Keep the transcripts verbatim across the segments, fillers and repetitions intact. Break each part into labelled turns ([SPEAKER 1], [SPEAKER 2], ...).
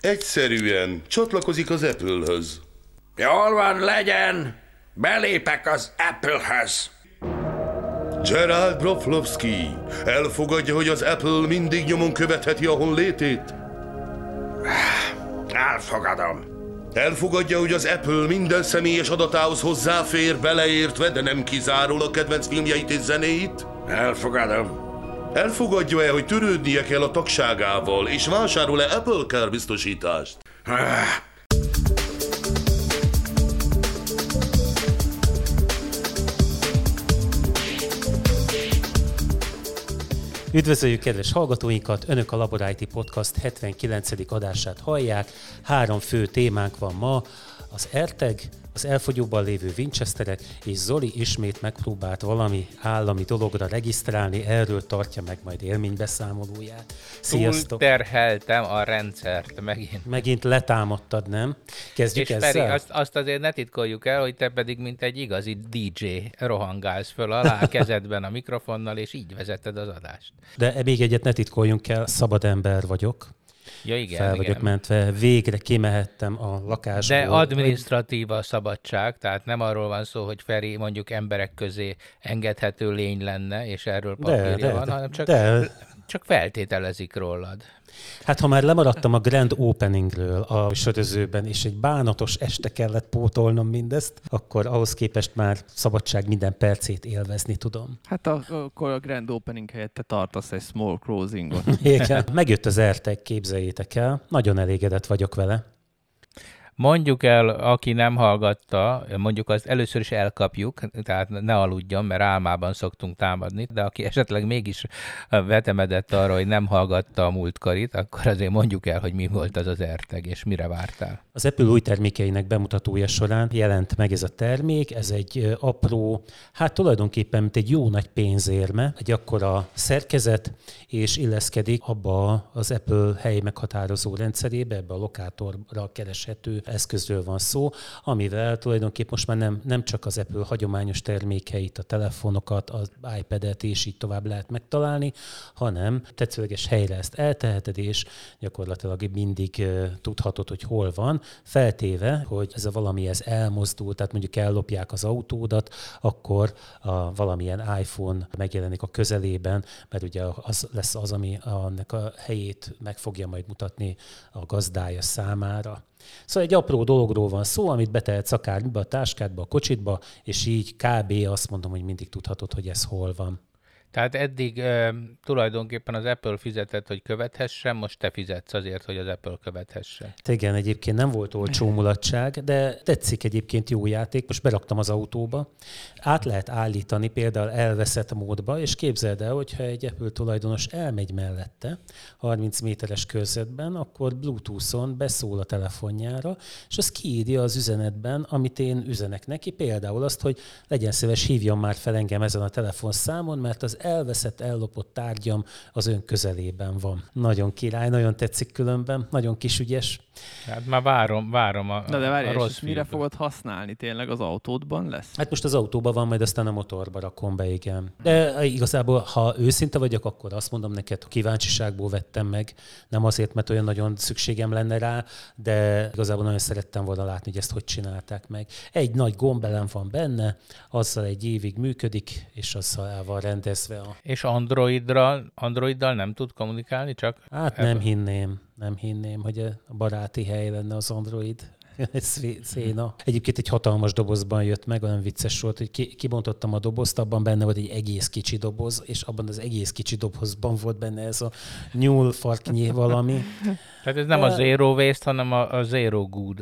[SPEAKER 1] Egyszerűen csatlakozik az Apple-höz.
[SPEAKER 2] Jól van, legyen! Belépek az Apple-höz.
[SPEAKER 1] Gerald Broflovski elfogadja, hogy az Apple mindig nyomon követheti a honlétét?
[SPEAKER 2] Elfogadom.
[SPEAKER 1] Elfogadja, hogy az Apple minden személyes adatához hozzáfér, beleértve, de nem kizárólag kedvenc filmjeit és zenéit?
[SPEAKER 2] Elfogadom.
[SPEAKER 1] Elfogadja-e, hogy törődnie kell a tagságával, és vásárol-e Apple Car biztosítást?
[SPEAKER 3] Üdvözöljük kedves hallgatóinkat! Önök a Labor i té Podcast hetvenkilencedik adását hallják. Három fő témánk van ma. Az AirTag, az elfogyóban lévő Winchesterek, és Zoli ismét megpróbált valami állami dologra regisztrálni, erről tartja meg majd élménybeszámolóját. Sziasztok!
[SPEAKER 4] Túlterheltem a rendszert megint.
[SPEAKER 3] Megint letámadtad, nem? Kezdjük
[SPEAKER 4] és
[SPEAKER 3] ezzel?
[SPEAKER 4] Feri, azt, azt azért ne titkoljuk el, hogy te pedig mint egy igazi dé dzsé rohangálsz föl alá a kezedben a mikrofonnal, és így vezeted az adást.
[SPEAKER 3] De még egyet ne titkoljunk el, szabad ember vagyok.
[SPEAKER 4] Ja, igen,
[SPEAKER 3] Fel vagyok
[SPEAKER 4] igen.
[SPEAKER 3] mentve, végre kimehettem a lakásból.
[SPEAKER 4] De adminisztratív a szabadság, tehát nem arról van szó, hogy Feri mondjuk emberek közé engedhető lény lenne, és erről papírja
[SPEAKER 3] de,
[SPEAKER 4] van,
[SPEAKER 3] de,
[SPEAKER 4] hanem csak,
[SPEAKER 3] de.
[SPEAKER 4] csak feltételezik rólad.
[SPEAKER 3] Hát ha már lemaradtam a Grand Openingről a sörözőben, és egy bánatos este kellett pótolnom mindezt, akkor ahhoz képest már szabadság minden percét élvezni tudom.
[SPEAKER 5] Hát a, akkor a Grand Opening helyett te tartasz egy small closingot.
[SPEAKER 3] Igen. Megjött az AirTag, képzeljétek el. Nagyon elégedett vagyok vele.
[SPEAKER 4] Mondjuk el, aki nem hallgatta, mondjuk azt először is elkapjuk, tehát ne aludjon, mert álmában szoktunk támadni, de aki esetleg mégis vetemedett arra, hogy nem hallgatta a múltkarit, akkor azért mondjuk el, hogy mi volt az az AirTag, és mire vártál.
[SPEAKER 3] Az Apple új termékeinek bemutatója során jelent meg ez a termék, ez egy apró, hát tulajdonképpen mint egy jó nagy pénzérme, egy akkora szerkezet, és illeszkedik abba az Apple helyi meghatározó rendszerébe, ebbe a lokátorra kereshető eszközről van szó, amivel tulajdonképpen most már nem, nem csak az Apple hagyományos termékeit, a telefonokat, az iPad-et és így tovább lehet megtalálni, hanem tetszőleges helyre ezt elteheted, és gyakorlatilag mindig uh, tudhatod, hogy hol van, feltéve, hogy ez a valami ez elmozdul, tehát mondjuk ellopják az autódat, akkor a valamilyen iPhone megjelenik a közelében, mert ugye az lesz az, ami annak a helyét meg fogja majd mutatni a gazdája számára. Szóval egy apró dologról van szó, amit betehetsz akár a táskádba, a kocsitba, és így kb. Azt mondom, hogy mindig tudhatod, hogy ez hol van.
[SPEAKER 4] Tehát eddig e, tulajdonképpen az Apple fizetett, hogy követhessen, most te fizetsz azért, hogy az Apple követhesse.
[SPEAKER 3] Igen, egyébként nem volt olcsó mulatság, de tetszik egyébként, jó játék. Most beraktam az autóba. Át lehet állítani például elveszett módba, és képzeld el, hogyha egy Apple tulajdonos elmegy mellette harminc méteres körzetben, akkor Bluetooth-on beszól a telefonjára, és az kiírja az üzenetben, amit én üzenek neki, például azt, hogy legyen szíves, hívjon már fel engem ezen a telefonszámon, mert az elveszett, ellopott tárgyam az ön közelében van. Nagyon király, nagyon tetszik különben, nagyon kisügyes.
[SPEAKER 4] Hát már várom, várom a,
[SPEAKER 5] Na de várj,
[SPEAKER 4] a rossz
[SPEAKER 5] és mire fogod használni? Tényleg az autódban lesz?
[SPEAKER 3] Hát most az autóban van, majd aztán a motorba rakom be, igen. De igazából, ha őszinte vagyok, akkor azt mondom neked, hogy kíváncsiságból vettem meg, nem azért, mert olyan nagyon szükségem lenne rá, de igazából nagyon szerettem volna látni, hogy ezt hogy csinálták meg. Egy nagy gombelem van benne, azzal egy évig működik, és azzal el van rendezve a...
[SPEAKER 4] És Androidra, Androiddal nem tud kommunikálni, csak...
[SPEAKER 3] Hát nem hinném, nem hinném, hogy a baráti hely lenne az Android. Ez széna. Egyébként egy hatalmas dobozban jött meg, olyan vicces volt, hogy ki, kibontottam a dobozt, abban benne volt egy egész kicsi doboz, és abban az egész kicsi dobozban volt benne ez a nyúlfarknyi valami.
[SPEAKER 4] Tehát ez nem a Zero Waste, hanem a, a Zero Good.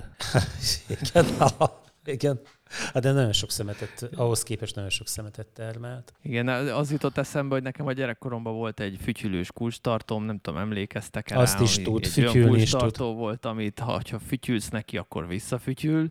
[SPEAKER 3] Igen, igen. Hát de nagyon sok szemetet, ahhoz képest nagyon sok szemetet termelt.
[SPEAKER 5] Igen, az jutott eszembe, hogy nekem a gyerekkoromban volt egy fütyülős kulcstartóm, nem tudom, emlékeztek el
[SPEAKER 3] Azt
[SPEAKER 5] rá,
[SPEAKER 3] is tud,
[SPEAKER 5] egy
[SPEAKER 3] fütyülni
[SPEAKER 5] olyan
[SPEAKER 3] is
[SPEAKER 5] kulcstartó volt, amit ha, ha fütyülsz neki, akkor visszafütyül.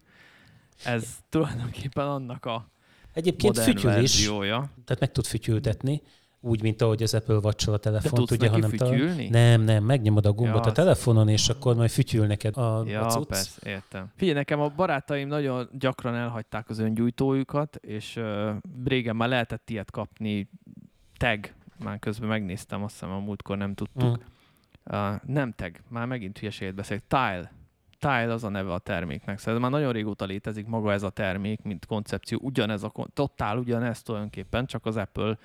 [SPEAKER 5] Ez tulajdonképpen annak a
[SPEAKER 3] Egyébként
[SPEAKER 5] modern
[SPEAKER 3] fütyül is,
[SPEAKER 5] verziója.
[SPEAKER 3] tehát meg tud fütyültetni, úgy, mint ahogy az Apple Watch-sal a telefont.
[SPEAKER 5] De tudsz neki fütyülni?
[SPEAKER 3] Nem, nem, megnyomod a gombot
[SPEAKER 5] Ja,
[SPEAKER 3] a telefonon, és akkor majd fütyül neked a,
[SPEAKER 5] ja,
[SPEAKER 3] a cucc.
[SPEAKER 5] persze, értem. Figyelj, nekem a barátaim nagyon gyakran elhagyták az öngyújtójukat, és uh, régen már lehetett ilyet kapni, tag, már közben megnéztem, azt hiszem a múltkor nem tudtuk. Mm. Uh, nem tag, már megint hülyeséget beszélek. Tile. Tile az a neve a terméknek. Szóval már nagyon régóta létezik maga ez a termék, mint koncepció. Ugyanez a, totál ugyanez tulajdonképpen, csak az Apple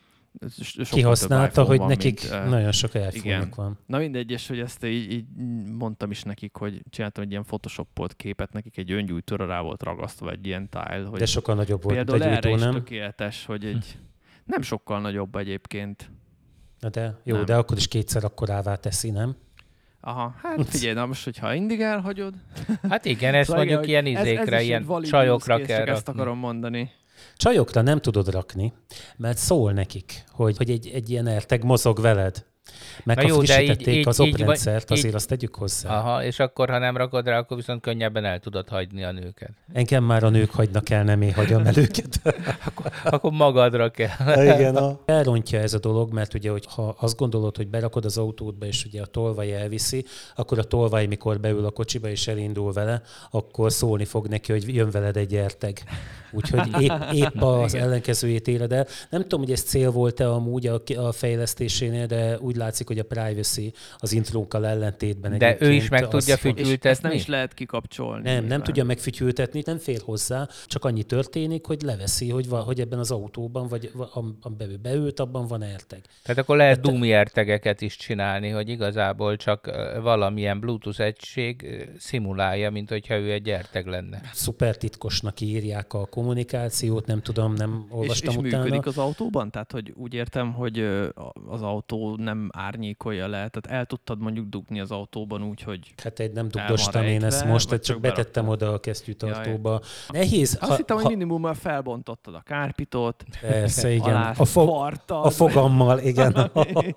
[SPEAKER 3] kihasználta, hogy
[SPEAKER 5] van,
[SPEAKER 3] nekik
[SPEAKER 5] mint, uh,
[SPEAKER 3] nagyon sok iPhone-nak van.
[SPEAKER 5] Na mindegy, és hogy ezt így, így mondtam is nekik, hogy csináltam egy ilyen photoshopolt képet, nekik egy öngyújtóra rá volt ragasztva egy ilyen tile. Hogy
[SPEAKER 3] de sokkal nagyobb volt,
[SPEAKER 5] például
[SPEAKER 3] mint a gyújtó,
[SPEAKER 5] erre
[SPEAKER 3] nem?
[SPEAKER 5] is tökéletes, hogy egy... Nem sokkal nagyobb egyébként.
[SPEAKER 3] Na de jó,
[SPEAKER 5] nem.
[SPEAKER 3] de akkor is kétszer akkorává teszi, nem?
[SPEAKER 5] Aha, hát figyelj, na most, hogyha indig elhagyod...
[SPEAKER 4] Hát igen, ezt
[SPEAKER 5] szóval
[SPEAKER 4] mondjuk
[SPEAKER 5] igen,
[SPEAKER 4] ilyen
[SPEAKER 5] ez,
[SPEAKER 4] izékre,
[SPEAKER 5] ez
[SPEAKER 4] ilyen csajokra kell rakni.
[SPEAKER 5] Ezt akarom mondani.
[SPEAKER 3] Csajokra nem tudod rakni, mert szól nekik, hogy, hogy egy, egy ilyen erteg mozog veled. Meg ha frissítették az oprendszert, azért azt tegyük hozzá.
[SPEAKER 4] Aha, és akkor, ha nem rakod rá, akkor viszont könnyebben el tudod hagyni a nőket.
[SPEAKER 3] Engem már a nők hagynak el, nem én hagyom el őket.
[SPEAKER 4] akkor, akkor magadra kell.
[SPEAKER 3] Igen, a... elrontja ez a dolog, mert ugye, hogy ha azt gondolod, hogy berakod az autódba, és ugye a tolvaj elviszi, akkor a tolvaj, mikor beül a kocsiba és elindul vele, akkor szólni fog neki, hogy jön veled egy erteg. Úgyhogy épp, épp az ellenkezőjét éled el. Nem tudom, hogy ez cél volt-e amúgy a, a fejlesztésénél, de úgy látszik, hogy a privacy az intrókkal ellentétben.
[SPEAKER 4] De ő is meg tudja fütyültetni?
[SPEAKER 5] Ezt nem is lehet kikapcsolni.
[SPEAKER 3] Nem, nem tudja megfütyültetni, nem fér hozzá, csak annyi történik, hogy leveszi, hogy, va, hogy ebben az autóban, vagy amiben beült, abban van erteg.
[SPEAKER 4] Tehát akkor lehet dumi ertegeket is csinálni, hogy igazából csak valamilyen Bluetooth egység szimulálja, mint hogyha ő egy erteg lenne.
[SPEAKER 3] Szuper titkosnak írják a kommunikációt, nem tudom, nem olvastam
[SPEAKER 5] és, és
[SPEAKER 3] utána. És
[SPEAKER 5] működik az autóban? Tehát, hogy úgy értem, hogy az autó nem árnyékolja le, tehát el tudtad mondjuk dugni az autóban úgy, hogy
[SPEAKER 3] hát egy nem dugdostam én ezt most, csak, csak betettem beraktam. Oda a kesztyűtartóba. Jaj. Nehéz.
[SPEAKER 5] Azt ha, hittem, ha... hogy minimum már felbontottad a kárpitot.
[SPEAKER 3] Persze, igen.
[SPEAKER 5] Alás,
[SPEAKER 3] a, fo- a fogammal, igen.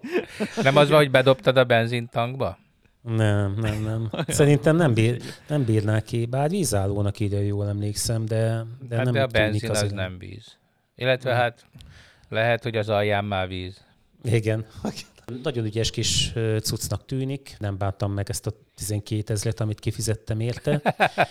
[SPEAKER 4] Nem az van, hogy bedobtad a benzintankba?
[SPEAKER 3] Nem, nem, nem. Szerintem nem, bír, nem bírná ki, bár vízállónak írja, jól emlékszem, de, de
[SPEAKER 4] hát
[SPEAKER 3] nem
[SPEAKER 4] de a benzin az
[SPEAKER 3] azért.
[SPEAKER 4] nem víz. Illetve hát lehet, hogy az alján már víz.
[SPEAKER 3] Igen. Nagyon ügyes kis cuccnak tűnik. Nem bántam meg ezt a tizenkétezret, amit kifizettem érte.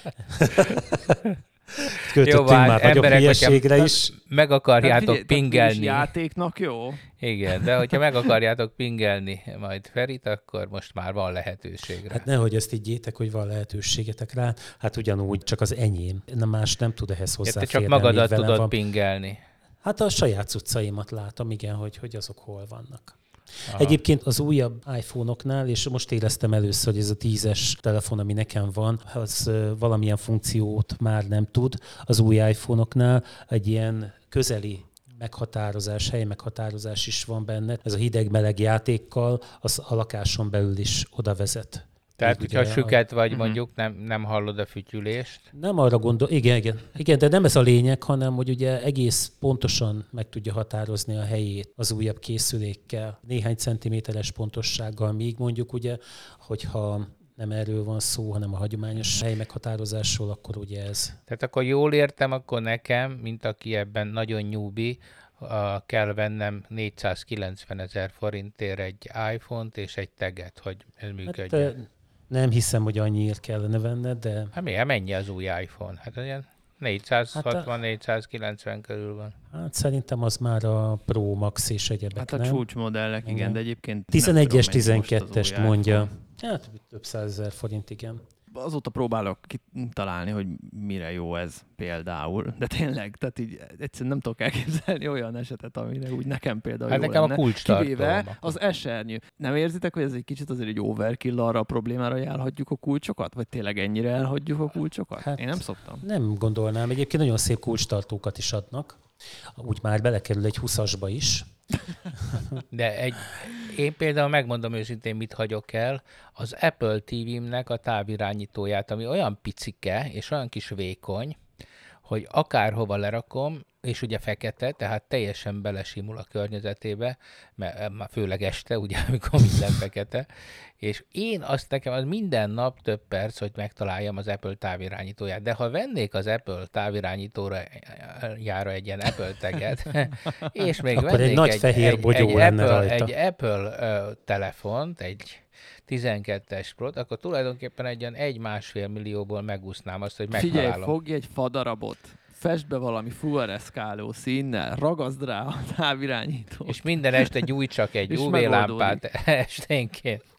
[SPEAKER 3] Költöttünk
[SPEAKER 4] jó,
[SPEAKER 3] már nagyobb hülyeségre is.
[SPEAKER 4] Meg akarjátok
[SPEAKER 5] figyelj,
[SPEAKER 4] pingelni.
[SPEAKER 5] játéknak jó.
[SPEAKER 4] Igen, de hogyha meg akarjátok pingelni majd Ferit, akkor most már van lehetőségre.
[SPEAKER 3] Hát nehogy ezt ígyétek, hogy van lehetőségetek rá. Hát ugyanúgy, csak az enyém. Nem más nem tud ehhez hozzáférni.
[SPEAKER 4] Te csak magadat tudod van. pingelni.
[SPEAKER 3] Hát a saját cuccaimat látom, igen, hogy, hogy azok hol vannak.
[SPEAKER 4] Aha.
[SPEAKER 3] Egyébként az újabb iPhone-oknál, és most éreztem először, hogy ez a tízes telefon, ami nekem van, az valamilyen funkciót már nem tud. Az új iPhone-oknál egy ilyen közeli meghatározás, hely meghatározás is van benne. Ez a hideg-meleg játékkal az a lakáson belül is oda vezet.
[SPEAKER 4] Tehát, hogyha süket vagy, mondjuk nem, nem hallod a fütyülést.
[SPEAKER 3] Nem arra gondol, igen, igen, igen, de nem ez a lényeg, hanem hogy ugye egész pontosan meg tudja határozni a helyét az újabb készülékkel, néhány centiméteres pontossággal, míg mondjuk ugye, hogyha nem erről van szó, hanem a hagyományos hely meghatározásról, akkor ugye ez.
[SPEAKER 4] Tehát akkor jól értem, akkor nekem, mint aki ebben nagyon nyúbi, Uh, kell vennem négyszázkilencven ezer forintért egy iPhone-t és egy teget, hogy ez működjön. Hát,
[SPEAKER 3] nem hiszem, hogy annyiért kellene venned, de...
[SPEAKER 4] Hát miért? Mennyi az új iPhone? Hát olyan négyszázhatvan-négyszázkilencven körül van.
[SPEAKER 3] Hát szerintem az már a Pro Max és egyebek,
[SPEAKER 5] Hát a
[SPEAKER 3] nem?
[SPEAKER 5] csúcsmodellek, igen, igen, de egyébként
[SPEAKER 3] tizenegyes, tizenkettest mondja. Hát több százezer forint, igen.
[SPEAKER 5] Azóta próbálok kitalálni, hogy mire jó ez például, de tényleg, tehát így egyszerűen nem tudok elképzelni olyan esetet, amire úgy nekem például
[SPEAKER 4] hát
[SPEAKER 5] jó
[SPEAKER 4] nekem
[SPEAKER 5] lenne.
[SPEAKER 4] a kulcstartó.
[SPEAKER 5] Kivéve az esernyő. Nem érzitek, hogy ez egy kicsit azért egy overkill arra a problémára, hogy elhagyjuk a kulcsokat? Vagy tényleg ennyire elhagyjuk a kulcsokat? Hát én nem szoktam.
[SPEAKER 3] Nem gondolnám. Egyébként nagyon szép kulcstartókat is adnak. Úgy már belekerül egy huszasba is.
[SPEAKER 4] De egy, én például megmondom őszintén, mit hagyok el, az Apple té vém-nek a távirányítóját, ami olyan picike és olyan kis vékony, hogy akárhova lerakom, és ugye fekete, tehát teljesen belesimul a környezetébe, mert már főleg este, ugye, amikor minden fekete, és én azt nekem az minden nap több perc, hogy megtaláljam az Apple távirányítóját. De ha vennék az Apple távirányítóra jára egy ilyen Apple taget, és még
[SPEAKER 3] akkor
[SPEAKER 4] vennék
[SPEAKER 3] egy nagy
[SPEAKER 4] egy,
[SPEAKER 3] fehér
[SPEAKER 4] egy,
[SPEAKER 3] bogyó
[SPEAKER 4] egy,
[SPEAKER 3] lenne
[SPEAKER 4] Apple,
[SPEAKER 3] rajta.
[SPEAKER 4] egy Apple uh, telefont, egy tizenkettes Pro-t, akkor tulajdonképpen egy ilyen egy-másfél millióból megúsznám azt, hogy megtalálom.
[SPEAKER 5] Figyelj, fogj egy fadarabot, fest be valami fluoreszkáló színnel, ragaszd rá a távirányítót.
[SPEAKER 4] És minden este gyújtsak egy ú vé lámpát esténként.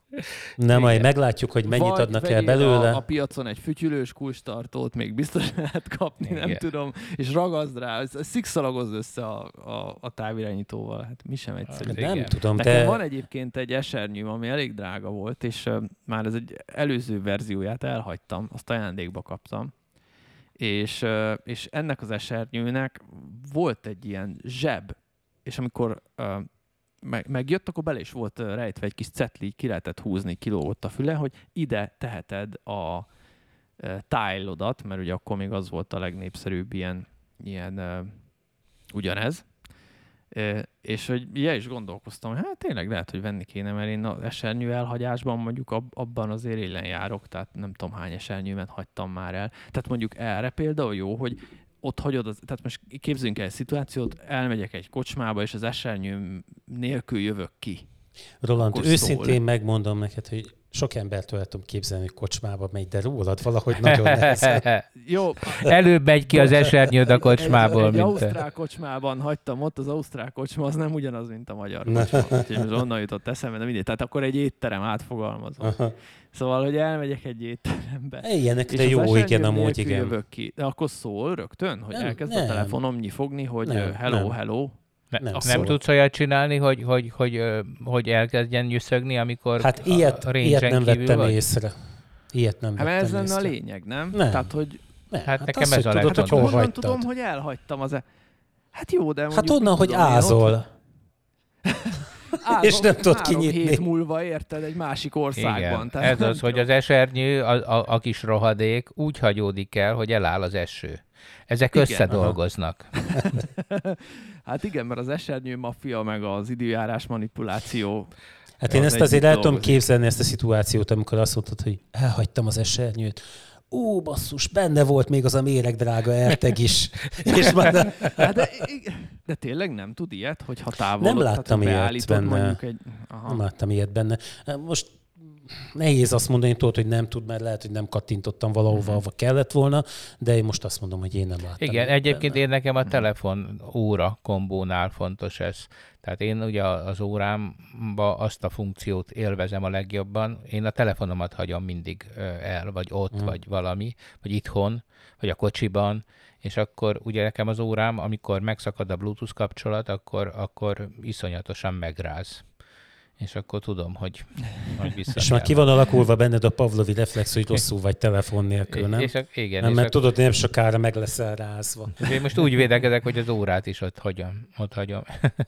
[SPEAKER 3] Nem, majd meglátjuk, hogy mennyit
[SPEAKER 5] Vagy
[SPEAKER 3] adnak el
[SPEAKER 5] vegyél
[SPEAKER 3] belőle.
[SPEAKER 5] A, a piacon egy fütyülős kulcstartót még biztos lehet kapni,
[SPEAKER 4] Igen.
[SPEAKER 5] nem tudom, és ragaszd rá, szikszalagozd össze a, a, a távirányítóval, hát mi sem egyszerű.
[SPEAKER 4] Hát
[SPEAKER 3] Nem
[SPEAKER 4] igen.
[SPEAKER 3] tudom,
[SPEAKER 5] Nekem
[SPEAKER 3] de...
[SPEAKER 5] van egyébként egy esernyőm, ami elég drága volt, és uh, már ez egy előző verzióját elhagytam, azt ajándékba kaptam. És, uh, és ennek az esernyőnek volt egy ilyen zseb, és amikor uh, meg, megjött, akkor bele is volt uh, rejtve egy kis cetli, ki lehetett húzni, kilógott a füle, hogy ide teheted a uh, tile-odat, mert ugye akkor még az volt a legnépszerűbb ilyen, ilyen uh, ugyanez. Uh, és hogy ilyen is gondolkoztam, hogy hát tényleg lehet, hogy venni kéne, mert én az esernyő elhagyásban mondjuk ab, abban azért élen járok, tehát nem tudom hány esernyőmet hagytam már el. Tehát mondjuk erre például jó, hogy ott hagyod, az, tehát most képzeljünk el egy szituációt, elmegyek egy kocsmába, és az esernyőm nélkül jövök ki.
[SPEAKER 3] Roland,
[SPEAKER 5] Akkor
[SPEAKER 3] őszintén
[SPEAKER 5] szól.
[SPEAKER 3] megmondom neked, hogy sok embertől el tudom képzelni, hogy kocsmába megy, de rólad valahogy nagyon nehezen.
[SPEAKER 5] Jó,
[SPEAKER 4] Előbb megy ki az esernyőd a kocsmából,
[SPEAKER 5] egy, egy
[SPEAKER 4] mint
[SPEAKER 5] ausztrál kocsmában hagytam ott, az ausztrál kocsma az nem ugyanaz, mint a magyar
[SPEAKER 3] Ne.
[SPEAKER 5] kocsma. Úgyhogy most onnan jutott eszembe, de mindegy. Tehát akkor egy étterem átfogalmazom.
[SPEAKER 3] Aha.
[SPEAKER 5] Szóval, hogy elmegyek egy étterembe.
[SPEAKER 3] Ilyenekre
[SPEAKER 5] És
[SPEAKER 3] jó,
[SPEAKER 5] az
[SPEAKER 3] igen,
[SPEAKER 5] esernyőm
[SPEAKER 3] amúgy
[SPEAKER 5] nélkül
[SPEAKER 3] igen.
[SPEAKER 5] jövök ki. De akkor szól rögtön, hogy
[SPEAKER 3] Nem,
[SPEAKER 5] elkezd
[SPEAKER 3] nem.
[SPEAKER 5] a telefonom nyifogni, hogy
[SPEAKER 3] Nem,
[SPEAKER 5] nem, hello,
[SPEAKER 3] nem.
[SPEAKER 5] hello.
[SPEAKER 4] Ne,
[SPEAKER 3] Nem
[SPEAKER 4] nem,
[SPEAKER 3] szól.
[SPEAKER 4] tudsz olyat csinálni, hogy, hogy, hogy, ö, hogy elkezdjen nyűszögni, amikor
[SPEAKER 3] Hát
[SPEAKER 4] a,
[SPEAKER 3] ilyet,
[SPEAKER 4] a
[SPEAKER 3] ilyet
[SPEAKER 4] range-en
[SPEAKER 3] nem
[SPEAKER 4] kívül
[SPEAKER 3] vettem
[SPEAKER 4] vagy?
[SPEAKER 3] észre. Ilyet nem
[SPEAKER 5] Hát mert ez
[SPEAKER 3] vettem
[SPEAKER 5] lenne a
[SPEAKER 3] észre.
[SPEAKER 5] lényeg, nem?
[SPEAKER 3] Nem.
[SPEAKER 5] Tehát, hogy
[SPEAKER 3] Nem,
[SPEAKER 4] Hát nekem
[SPEAKER 3] azt,
[SPEAKER 4] ez
[SPEAKER 3] hogy
[SPEAKER 4] a
[SPEAKER 3] tudod,
[SPEAKER 4] legfontosabb.
[SPEAKER 3] hogy hol
[SPEAKER 5] honnan
[SPEAKER 3] hagytad.
[SPEAKER 5] tudom, hogy elhagytam az... E... Hát jó, de mondjuk...
[SPEAKER 3] Hát onnan,
[SPEAKER 5] mit
[SPEAKER 3] hogy
[SPEAKER 5] tudom én, ott
[SPEAKER 3] ázol.
[SPEAKER 5] Három,
[SPEAKER 3] és nem tudod
[SPEAKER 5] három
[SPEAKER 3] kinyitni.
[SPEAKER 5] hét múlva érted egy másik országban.
[SPEAKER 4] Igen, ez
[SPEAKER 5] nem
[SPEAKER 4] az, hogy
[SPEAKER 5] tudom.
[SPEAKER 4] az esernyő, a, a, a kis rohadék úgy hagyódik el, hogy eláll az eső. Ezek
[SPEAKER 5] Igen.
[SPEAKER 4] összedolgoznak.
[SPEAKER 5] Hát igen, mert az esernyő maffia, meg az időjárás manipuláció.
[SPEAKER 3] Hát én
[SPEAKER 5] Az
[SPEAKER 3] ezt
[SPEAKER 5] egyik
[SPEAKER 3] azért el tudom
[SPEAKER 5] dolgozik.
[SPEAKER 3] képzelni, ezt a szituációt, amikor azt mondtad, hogy elhagytam az esernyőt. Ó, basszus, benne volt még az a méregdrága erteg is. És már nem,
[SPEAKER 5] Hát de, de tényleg nem tud ilyet, hogy ha távol
[SPEAKER 3] Nem láttam ilyet
[SPEAKER 5] beállítod
[SPEAKER 3] benne.
[SPEAKER 5] mondjuk egy... Aha.
[SPEAKER 3] nem láttam ilyet benne. Most nehéz azt mondani, tudod, hogy nem tud, mert lehet, hogy nem kattintottam valahova, ahova kellett volna, de én most azt mondom, hogy én nem láttam.
[SPEAKER 4] Igen,
[SPEAKER 3] ilyet
[SPEAKER 4] egyébként
[SPEAKER 3] benne.
[SPEAKER 4] én nekem a telefon óra kombónál fontos ez. Tehát én ugye az órámba azt a funkciót élvezem a legjobban. Én a telefonomat hagyom mindig ö, el, vagy ott,
[SPEAKER 3] Hmm.
[SPEAKER 4] vagy valami, vagy itthon, vagy a kocsiban, és akkor ugye nekem az órám, amikor megszakad a Bluetooth kapcsolat, akkor, akkor iszonyatosan megráz. És akkor tudom, hogy, hogy vissza
[SPEAKER 3] És
[SPEAKER 4] kell.
[SPEAKER 3] már ki van alakulva benned a Pavlovi reflex, hogy rosszul vagy telefon nélkül, nem?
[SPEAKER 4] És, ak- igen,
[SPEAKER 3] nem,
[SPEAKER 4] és
[SPEAKER 3] mert
[SPEAKER 4] ak-
[SPEAKER 3] tudod, hogy nem sokára meg leszel rázva.
[SPEAKER 4] és én most úgy védekezek, hogy az órát is ott hagyom. Ott hagyom.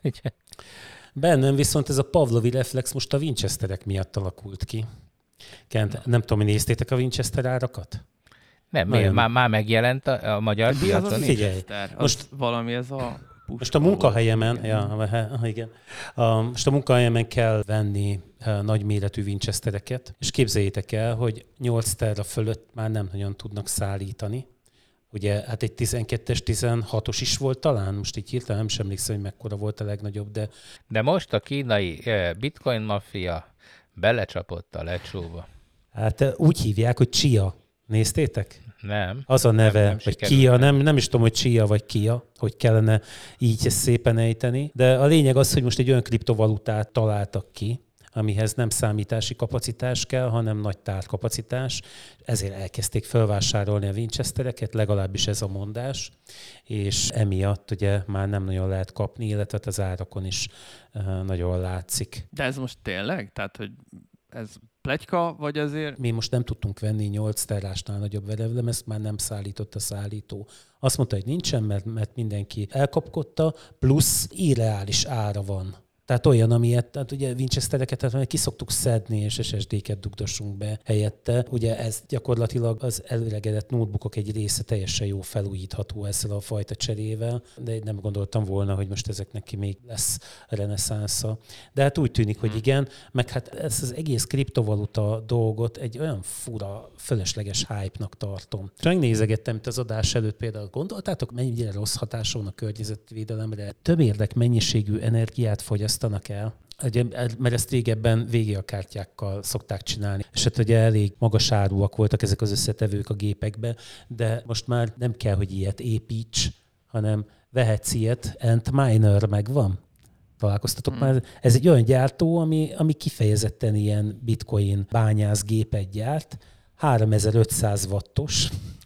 [SPEAKER 3] Bennem viszont ez a Pavlovi reflex most a Winchesterek miatt alakult ki. Kent, nem tudom, hogy néztétek a Winchester árakat?
[SPEAKER 4] Nem,
[SPEAKER 3] Nagyon.
[SPEAKER 4] miért? Már, már megjelent a, a magyar
[SPEAKER 5] Mi az a
[SPEAKER 4] piacon is?
[SPEAKER 3] Figyelj,
[SPEAKER 5] Winchester? Az
[SPEAKER 3] most-
[SPEAKER 5] valami ez a...
[SPEAKER 3] Most a munkahelyemen, ja, ha, igen. A, most a munkahelyemen kell venni uh, nagyméretű Winchestereket, és képzeljétek el, hogy nyolc terra fölött már nem nagyon tudnak szállítani. Ugye, hát egy tizenkettes, tizenhatos is volt talán, most így hirtelen nem sem emlékszem, hogy mekkora volt a legnagyobb, de
[SPEAKER 4] De most a kínai eh, bitcoin maffia belecsapott a lecsóba.
[SPEAKER 3] hát uh, úgy hívják, hogy Chia. Néztétek?
[SPEAKER 4] Nem.
[SPEAKER 3] Az a neve,
[SPEAKER 4] Nem, nem
[SPEAKER 3] vagy
[SPEAKER 4] sikerült.
[SPEAKER 3] Kia, nem, nem is tudom, hogy Chia vagy Kia, hogy kellene így ezt szépen ejteni. De a lényeg az, hogy most egy olyan kriptovalutát találtak ki, amihez nem számítási kapacitás kell, hanem nagy tárkapacitás. Ezért elkezdték felvásárolni a Winchestereket, legalábbis ez a mondás, és emiatt ugye már nem nagyon lehet kapni, illetve az árakon is uh, nagyon látszik.
[SPEAKER 5] De ez most tényleg? Tehát, hogy ez pletyka, vagy azért...
[SPEAKER 3] Mi most nem tudtunk venni nyolc terrásnál nagyobb verevlemezt, már nem szállított a szállító. Azt mondta, hogy nincsen, mert, mert mindenki elkapkodta, plusz irreális ára van. Tehát olyan, amilyet, tehát ugye Winchestereket tehát ki szoktuk szedni, és es es dé-ket dugdossunk be helyette. Ugye ez gyakorlatilag az előregedett notebookok egy része teljesen jó felújítható ezzel a fajta cserével, de én nem gondoltam volna, hogy most ezeknek ki még lesz reneszánsza. De hát úgy tűnik, hogy igen, meg hát ez az egész kriptovaluta dolgot egy olyan fura, fölösleges hype-nak tartom. Csak nézegettem itt az adás előtt például, gondoltátok, mennyire rossz hatása van a környezetvédelemre? Több érdek mennyiségű energiát fogyasztanak el. Ugye, mert ezt régebben végigakártyákkal szokták csinálni. És hát ugye elég magas áruak voltak ezek az összetevők a gépekbe, de most már nem kell, hogy ilyet építs, hanem vehetsz ilyet, Antminer megvan. találkoztatok már. Ez egy olyan gyártó, ami, ami kifejezetten ilyen bitcoin bányász gépet gyárt, háromezer-ötszáz wattos.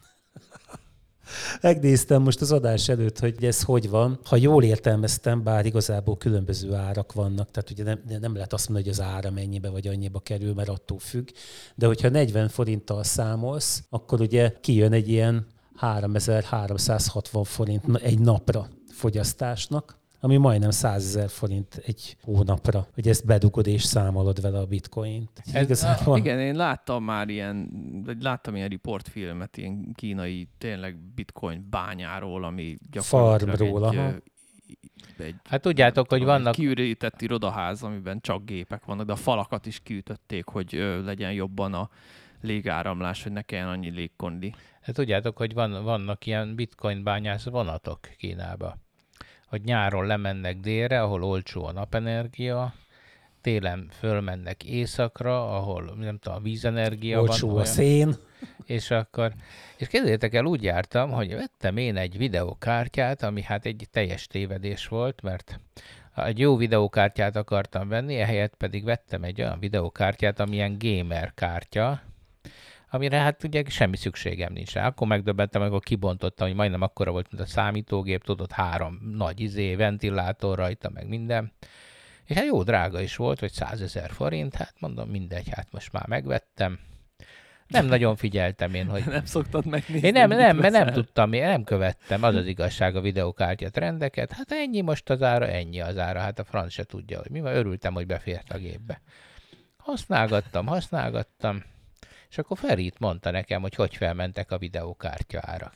[SPEAKER 3] Megnéztem most az adás előtt, hogy ez hogy van. Ha jól értelmeztem, bár igazából különböző árak vannak, tehát ugye nem, nem lehet azt mondani, hogy az ára mennyibe vagy annyiba kerül, mert attól függ. De hogyha negyven forinttal számolsz, akkor ugye kijön egy ilyen háromezer-háromszázhatvan forint egy napra fogyasztásnak, ami majdnem százezer forint egy hónapra, hogy ezt bedugod és számolod vele a bitcoint.
[SPEAKER 5] Igazából... Igen, én láttam már ilyen, láttam ilyen riportfilmet, ilyen kínai tényleg bitcoin bányáról, ami gyakorlatilag
[SPEAKER 3] farmról,
[SPEAKER 5] egy,
[SPEAKER 3] aha.
[SPEAKER 5] egy,
[SPEAKER 4] hát tudjátok, hogy vannak...
[SPEAKER 5] kiürített irodaház, amiben csak gépek vannak, de a falakat is kiütötték, hogy ö, legyen jobban a légáramlás, hogy ne kelljen annyi légkondi.
[SPEAKER 4] Hát tudjátok, hogy van, vannak ilyen bitcoin bányász vonatok Kínába, hogy nyáron lemennek délre, ahol olcsó a napenergia, télen fölmennek északra, ahol nem tudom, a vízenergia
[SPEAKER 3] olcsó
[SPEAKER 4] van.
[SPEAKER 3] Olcsó a szén.
[SPEAKER 4] És akkor, és képzeljétek el, úgy jártam, hogy vettem én egy videókártyát, ami hát egy teljes tévedés volt, mert egy jó videókártyát akartam venni, ehelyett pedig vettem egy olyan videókártyát, ami ilyen gamer kártya, amire hát ugye semmi szükségem nincs rá. Akkor megdöbbentem, amikor kibontottam, hogy majdnem akkora volt, mint a számítógép, tudod, három nagy izé, ventilátor rajta, meg minden. És hát jó drága is volt, vagy százezer forint, hát mondom, mindegy, hát most már megvettem. Nem nagyon figyeltem én, hogy...
[SPEAKER 5] Nem szoktad megnézni?
[SPEAKER 4] Én nem, nem, mert nem tudtam, én nem követtem, az az igazság a videókártya trendeket. Hát ennyi most az ára, ennyi az ára, hát a franc se tudja, hogy mi van, örültem, hogy befért a gépbe. Használgattam, használgattam. És akkor Ferit mondta nekem, hogy hogy felmentek a videókártya árak.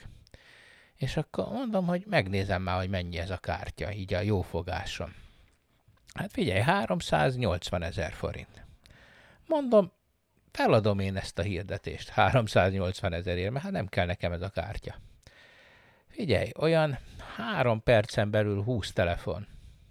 [SPEAKER 4] És akkor mondom, hogy megnézem már, hogy mennyi ez a kártya, így a jófogásom. Hát figyelj, háromszáznyolcvan ezer forint. Mondom, feladom én ezt a hirdetést háromszáznyolcvan ezerért, mert hát nem kell nekem ez a kártya. Figyelj, olyan három percen belül húsz telefon.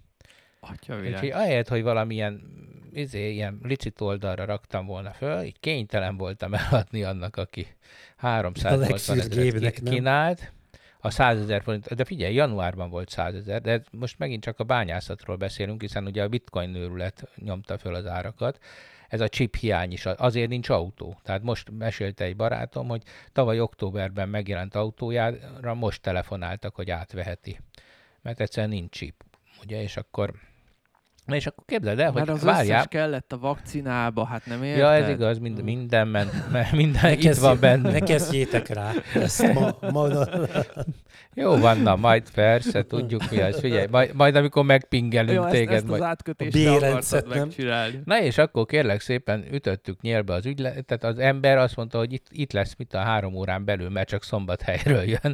[SPEAKER 4] Úgyhogy ahelyett, hogy valamilyen izé, ilyen licit oldalra raktam volna föl, így kénytelen voltam eladni annak, aki háromszáznyolcvan ezeret kínált. A százezer forint, de figyelj, januárban volt százezer, de most megint csak a bányászatról beszélünk, hiszen ugye a bitcoin őrület nyomta föl az árakat. Ez a chip hiány is, azért nincs autó. Tehát most mesélte egy barátom, hogy tavaly októberben megjelent autójára, most telefonáltak, hogy átveheti. Mert egyszerűen nincs chip. Ugye, és akkor... És akkor képzeld el, hogy
[SPEAKER 5] mert az
[SPEAKER 4] várjál.
[SPEAKER 5] összes kellett a vakcinába, hát nem érted?
[SPEAKER 4] Ja, ez igaz, mind, minden, minden, minden itt van benne.
[SPEAKER 3] Ne kezdjétek rá. Ezt ma, ma...
[SPEAKER 4] Jó van, na, majd persze, tudjuk mi az. Figyelj, majd, majd amikor megpingelünk
[SPEAKER 5] jó,
[SPEAKER 4] téged.
[SPEAKER 5] Ezt, ezt
[SPEAKER 4] majd...
[SPEAKER 5] az átkötést akartad megcsinálni.
[SPEAKER 4] Na és akkor kérlek szépen ütöttük nyélbe az ügylet, tehát az ember azt mondta, hogy itt, itt lesz mit a három órán belül, mert csak Szombathelyről jön.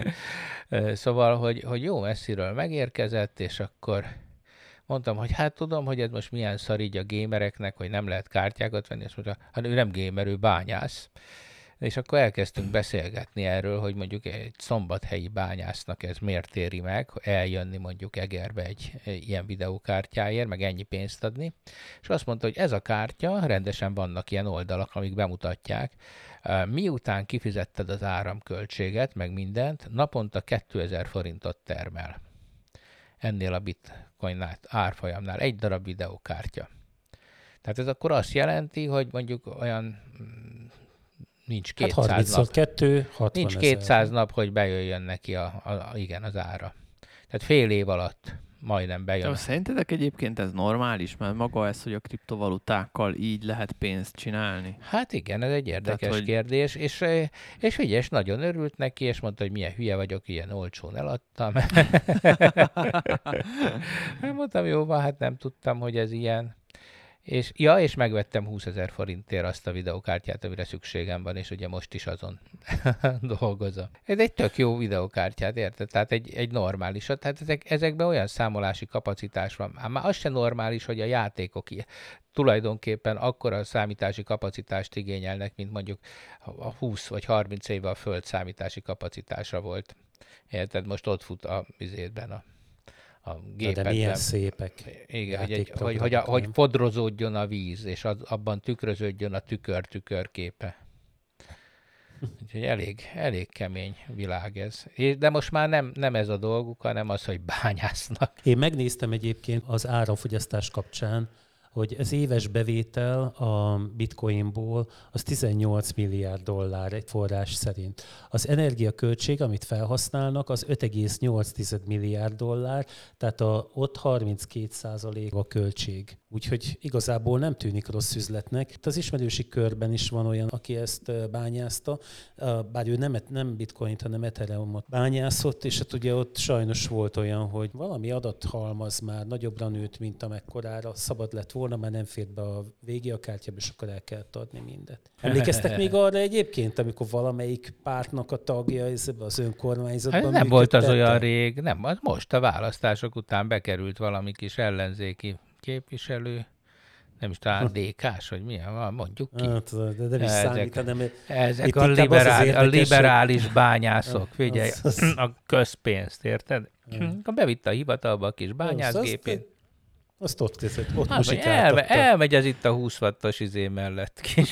[SPEAKER 4] Szóval, hogy, hogy jó messziről megérkezett, és akkor... Mondtam, hogy hát tudom, hogy ez most milyen szar így a gémereknek, hogy nem lehet kártyákat venni, és mondta, hát ő nem gémer, ő bányász. És akkor elkezdtünk beszélgetni erről, hogy mondjuk egy szombathelyi bányásznak ez miért éri meg, eljönni mondjuk Egerbe egy ilyen videókártyáért, meg ennyi pénzt adni. És azt mondta, hogy ez a kártya, rendesen vannak ilyen oldalak, amik bemutatják, miután kifizetted az áramköltséget, meg mindent, naponta kétezer forintot termel. Ennél a bitcoin árfolyamnál egy darab videókártya. Tehát ez akkor azt jelenti, hogy mondjuk olyan nincs kétszáz
[SPEAKER 3] hát
[SPEAKER 4] nap.
[SPEAKER 3] kettő, hatvan
[SPEAKER 4] Nincs kétszáz nap, hogy bejöjjön neki a, a, a, igen, az ára. Tehát fél év alatt majdnem bejön.
[SPEAKER 5] De szerintetek egyébként ez normális? Mert maga ez, hogy a kriptovalutákkal így lehet pénzt csinálni?
[SPEAKER 4] Hát igen, ez egy érdekes Tehát, hogy... kérdés, és, és figyelj, nagyon örült neki, és mondta, hogy milyen hülye vagyok, ilyen olcsón eladtam. Mondtam, jó van, hát nem tudtam, hogy ez ilyen. És, ja, és megvettem húszezer forintért azt a videókártyát, amire szükségem van, és ugye most is azon dolgozom. Ez egy tök jó videókártyát, érted? Tehát egy, egy normálisat. Tehát ezek, ezekben olyan számolási kapacitás van. Hát már az se normális, hogy a játékok tulajdonképpen akkora számítási kapacitást igényelnek, mint mondjuk a húsz vagy harminc évvel a föld számítási kapacitása volt. Érted? Most ott fut a vizétben a a gépekben.
[SPEAKER 3] De milyen szépek.
[SPEAKER 4] Igen, hogy, egy, hogy, hogy, a, hogy fodrozódjon a víz, és az, abban tükröződjön a tükör tükörképe. Úgyhogy elég, elég kemény világ ez. De most már nem, nem ez a dolguk, hanem az, hogy bányásznak.
[SPEAKER 3] Én megnéztem egyébként az áramfogyasztás kapcsán, hogy az éves bevétel a bitcoinból az tizennyolc milliárd dollár egy forrás szerint. Az energiaköltség, amit felhasználnak, az öt egész nyolc milliárd dollár, tehát a, ott harminckét százalék a költség. Úgyhogy igazából nem tűnik rossz üzletnek. Itt az ismerősi körben is van olyan, aki ezt bányázta, bár ő nem, nem bitcoint, hanem ethereumot bányászott, és hát ugye ott sajnos volt olyan, hogy valami adathalmaz már nagyobbra nőtt, mint amekkorára szabad lett volna, már nem fért be a végi a kártyába, és akkor el kellett adni mindet. Emlékeztek még arra egyébként, amikor valamelyik pártnak a tagja az önkormányzatban
[SPEAKER 4] hát nem volt az olyan rég, nem, az most a választások után bekerült valami kis ellenzéki képviselő, nem is talán dé ká-s, vagy milyen van, mondjuk ki.
[SPEAKER 3] Hát, de nem is
[SPEAKER 4] ezek,
[SPEAKER 3] számít, hanem
[SPEAKER 4] ezek a, liberál, a liberális bányászok, figyelj,
[SPEAKER 3] az, az,
[SPEAKER 4] a közpénzt, érted? Akkor bevitte a hivatalba a kis bányászgépét.
[SPEAKER 3] Azt ott kezdett, ott
[SPEAKER 4] hát, elme, elmegy az itt a húsz wattos izé mellett, kis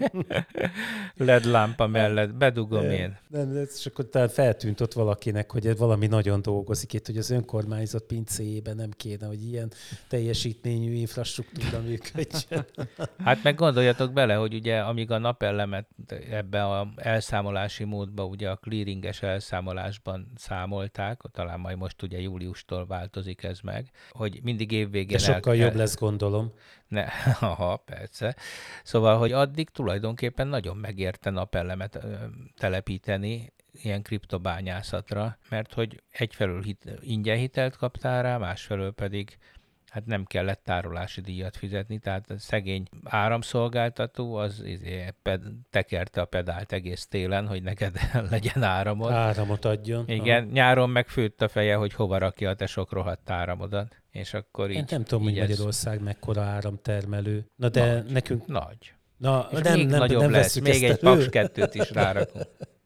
[SPEAKER 4] led lámpa mellett, bedugom nem, én.
[SPEAKER 3] Nem, és akkor talán feltűnt ott valakinek, hogy valami nagyon dolgozik itt, hogy az önkormányzat pincéjében nem kéne, hogy ilyen teljesítményű infrastruktúra működjön.
[SPEAKER 4] Hát meg gondoljatok bele, hogy ugye amíg a napelemet ebben az elszámolási módban, ugye a clearinges elszámolásban számolták, talán majd most ugye júliustól változik ez meg, hogy mindig évvégén
[SPEAKER 3] de sokkal
[SPEAKER 4] el,
[SPEAKER 3] jobb lesz, gondolom.
[SPEAKER 4] Ne, aha, perce. Szóval, hogy addig tulajdonképpen nagyon megérte napelemet ö, telepíteni ilyen kriptobányászatra, mert hogy egyfelől hit, ingyen hitelt kaptál rá, másfelől pedig hát nem kellett tárolási díjat fizetni, tehát a szegény áramszolgáltató az izé, ped, tekerte a pedált egész télen, hogy neked legyen áramod.
[SPEAKER 3] Áramot adjon.
[SPEAKER 4] Igen,
[SPEAKER 3] aha.
[SPEAKER 4] Nyáron megfőtt a feje, hogy hova rakja a te sok rohadt áramodat. És akkor így...
[SPEAKER 3] Én nem tudom, hogy Magyarország ez... mekkora áramtermelő. Na de
[SPEAKER 4] nagy,
[SPEAKER 3] nekünk...
[SPEAKER 4] Nagy.
[SPEAKER 3] Na,
[SPEAKER 4] és
[SPEAKER 3] nem,
[SPEAKER 4] még
[SPEAKER 3] nem,
[SPEAKER 4] nagyobb
[SPEAKER 3] nem
[SPEAKER 4] lesz, még egy Paks kettőt is rárakunk.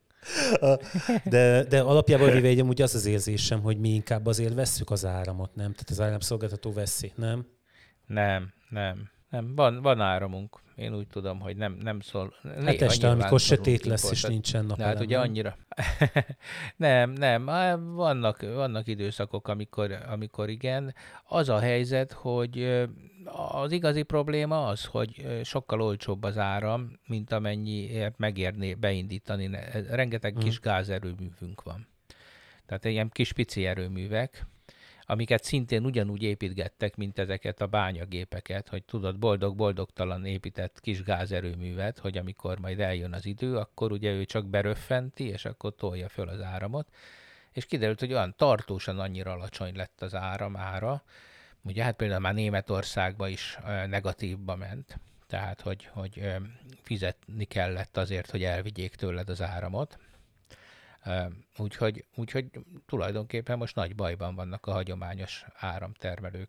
[SPEAKER 3] De, de alapjában véve egy amúgy az az érzésem, hogy mi inkább azért vesszük az áramot, nem? Tehát az áramszolgáltató veszi, nem?
[SPEAKER 4] Nem, nem. Nem, van, van áramunk. Én úgy tudom, hogy nem, nem szól.
[SPEAKER 3] Hát este, amikor sötét lesz, és nincsen napelem.
[SPEAKER 4] Hát ugye annyira. nem, nem. Vannak, vannak időszakok, amikor, amikor igen. Az a helyzet, hogy az igazi probléma az, hogy sokkal olcsóbb az áram, mint amennyi megérné beindítani. Rengeteg kis hmm. gázerőművünk van. Tehát ilyen kis pici erőművek, amiket szintén ugyanúgy építgettek, mint ezeket a bányagépeket, hogy tudod, boldog-boldogtalan épített kis gázerőművet, hogy amikor majd eljön az idő, akkor ugye ő csak beröffenti, és akkor tolja föl az áramot. És kiderült, hogy olyan tartósan annyira alacsony lett az áram ára, ugye hát például már Németországban is negatívba ment, tehát hogy, hogy fizetni kellett azért, hogy elvigyék tőled az áramot. Úgyhogy, úgyhogy tulajdonképpen most nagy bajban vannak a hagyományos áramtermelők.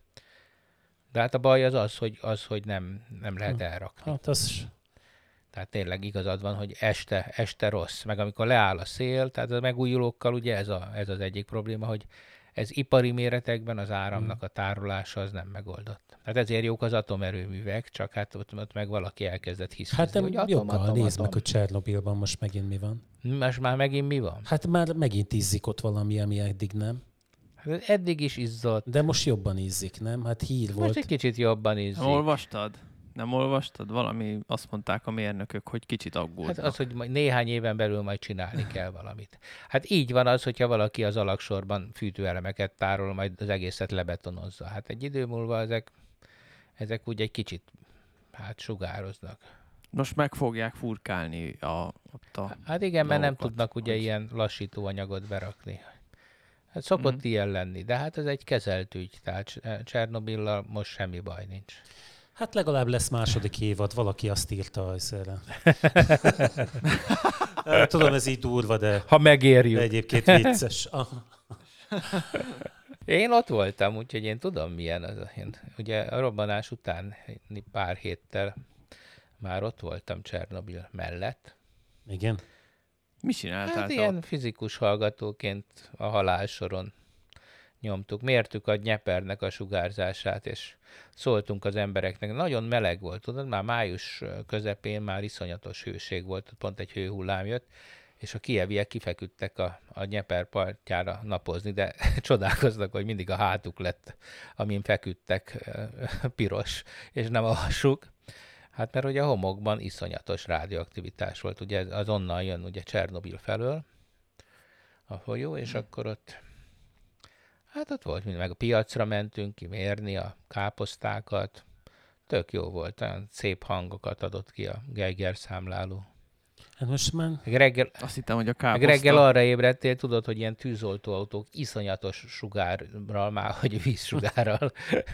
[SPEAKER 4] De hát a baj az az, hogy, az, hogy nem, nem lehet elrakni.
[SPEAKER 3] Hát az...
[SPEAKER 4] Tehát tényleg igazad van, hogy este, este rossz. Meg amikor leáll a szél, tehát a megújulókkal ugye ez, a, ez az egyik probléma, hogy ez ipari méretekben az áramnak a tárolása az nem megoldott. Tehát ezért jók az atomerőművek, csak hát ott, ott meg valaki elkezdett hisztizni.
[SPEAKER 3] Hát nem joggal, nézd meg, hogy Csernobilban most megint mi van.
[SPEAKER 4] Most már megint mi van?
[SPEAKER 3] Hát már megint izzik ott valami, ami eddig nem.
[SPEAKER 4] Hát eddig is izzott.
[SPEAKER 3] De most jobban izzik, nem? Hát hír volt.
[SPEAKER 4] Most egy kicsit jobban izzik.
[SPEAKER 5] Nem olvastad? Nem olvastad? Valami, azt mondták a mérnökök, hogy kicsit aggódnak.
[SPEAKER 4] Hát az, hogy néhány éven belül majd csinálni kell valamit. Hát így van az, hogyha valaki az alagsorban fűtőelemeket tárol, majd az egészet lebetonozza. Hát egy idő múlva ezek, ezek úgy egy kicsit hát sugároznak.
[SPEAKER 5] Most meg fogják furkálni a, ott a
[SPEAKER 4] Hát igen, mert nem tudnak ugye
[SPEAKER 5] hogy...
[SPEAKER 4] ilyen lassító anyagot berakni. Hát szokott mm. ilyen lenni, de hát ez egy kezelt ügy, tehát Csernobillal most semmi baj nincs.
[SPEAKER 3] Hát legalább lesz második évad, valaki azt írta ezzel. Tudom, ez így durva, de...
[SPEAKER 4] Ha megérjük.
[SPEAKER 3] De egyébként vicces.
[SPEAKER 4] Én ott voltam, úgyhogy én tudom, milyen az. Én, ugye a robbanás után pár héttel már ott voltam Csernobil mellett.
[SPEAKER 3] Igen?
[SPEAKER 5] Mi csináltál?
[SPEAKER 4] Hát ilyen fizikus hallgatóként a halálsoron nyomtuk. Mértük a Dnyepernek a sugárzását, és szóltunk az embereknek. Nagyon meleg volt, tudod, már május közepén már iszonyatos hőség volt, pont egy hőhullám jött, és a kijeviek kifeküdtek a, a Dnyeper partjára napozni, de csodálkoznak, hogy mindig a hátuk lett, amin feküdtek, piros, és nem a hasuk. Hát mert ugye a homokban iszonyatos rádióaktivitás volt, ugye az onnan jön ugye Csernobil felől a folyó, és hmm. akkor ott, hát ott volt, mind meg a piacra mentünk ki mérni a káposztákat, tök jó volt, olyan szép hangokat adott ki a Geiger számláló.
[SPEAKER 3] Hát most már...
[SPEAKER 5] Reggel, azt hittem, hogy a káposzta...
[SPEAKER 4] Reggel arra ébredtél, tudod, hogy ilyen tűzoltóautók iszonyatos sugárral, már hogy vízsugárral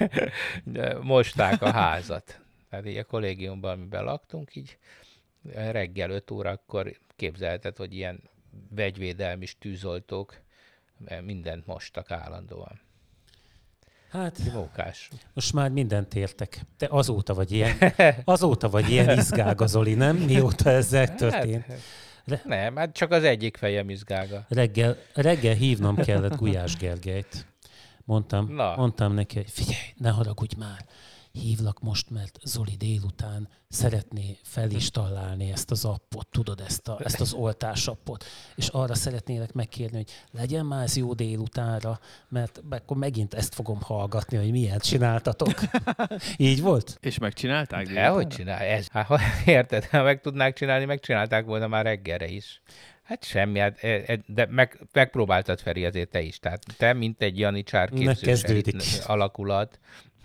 [SPEAKER 4] mosták a házat. Tehát így a kollégiumban, amiben laktunk, így reggel öt órakor képzelted, hogy ilyen vegyvédelmis tűzoltók mindent mostak állandóan.
[SPEAKER 3] Hát,
[SPEAKER 4] mókás.
[SPEAKER 3] Most már mindent értek. Te azóta vagy ilyen, azóta vagy ilyen izgága, Zoli, nem? Mióta ezzel történt?
[SPEAKER 4] Hát, Re- nem, hát csak az egyik fejem izgága.
[SPEAKER 3] Reggel, reggel hívnom kellett Gulyás Gergelyt. Mondtam,
[SPEAKER 4] Na.
[SPEAKER 3] mondtam neki, hogy figyelj, ne haragudj már. Hívlak most, mert Zoli délután szeretné felinstallálni ezt az appot, tudod, ezt, a, ezt az oltás appot, és arra szeretnélek megkérni, hogy legyen már ez jó délutánra, mert akkor megint ezt fogom hallgatni, hogy miért csináltatok. Így volt?
[SPEAKER 5] És megcsinálták?
[SPEAKER 4] De hogy csinál? Ez, hát, ha érted, ha meg tudnák csinálni, megcsinálták volna már reggelre is. Hát semmi, hát, de meg, megpróbáltad, Feri, azért te is. Tehát te, mint egy janicsár képzős alakulat,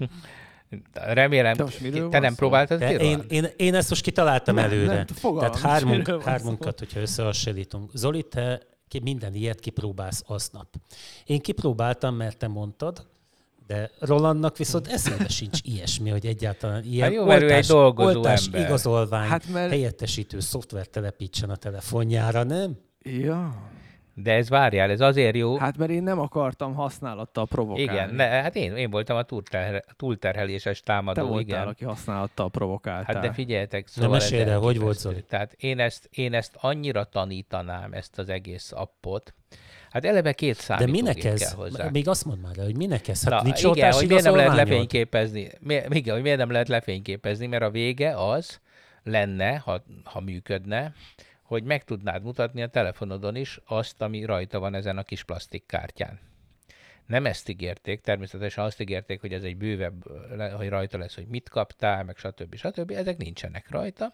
[SPEAKER 4] remélem, te nem próbáltad
[SPEAKER 3] én, én, én ezt most kitaláltam nem, előre. Nem, Tehát hármunk, hármunkat, hogyha összehasonlítunk. Zoli, te minden ilyet kipróbálsz aznap. Én kipróbáltam, mert te mondtad, de Rolandnak viszont eszébe sincs ilyesmi, hogy egyáltalán ilyen hát jó, oltás, egy dolgozó oltás ember. Igazolvány hát mert... helyettesítő szoftvert telepítsen a telefonjára, nem?
[SPEAKER 5] Ja.
[SPEAKER 4] De ez várjál, ez azért jó.
[SPEAKER 5] Hát mert én nem akartam használattal provokálni.
[SPEAKER 4] Igen, ne, hát én, én voltam a túlterhe, túlterheléses támadó.
[SPEAKER 5] Te voltál,
[SPEAKER 4] igen.
[SPEAKER 5] Aki használattal provokáltál.
[SPEAKER 4] Hát de figyeljetek, szóval
[SPEAKER 3] nem mesélj el, hogy volt, Zoli?
[SPEAKER 4] Tehát én ezt, én ezt annyira tanítanám, ezt az egész appot. Hát eleve két számítógép kell hozzá. De minek ez?
[SPEAKER 3] Még azt mondd már, hogy minek ez? Hát
[SPEAKER 4] Na,
[SPEAKER 3] nincs
[SPEAKER 4] igen, hogy miért nem lehet lefényképezni. Miért, igen, hogy miért nem lehet lefényképezni, mert a vége az lenne, ha, ha működne, hogy meg tudnád mutatni a telefonodon is azt, ami rajta van ezen a kis plastikkártyán. Nem ezt ígérték, természetesen azt ígérték, hogy ez egy bővebb, hogy rajta lesz, hogy mit kaptál, meg stb. stb. Ezek nincsenek rajta.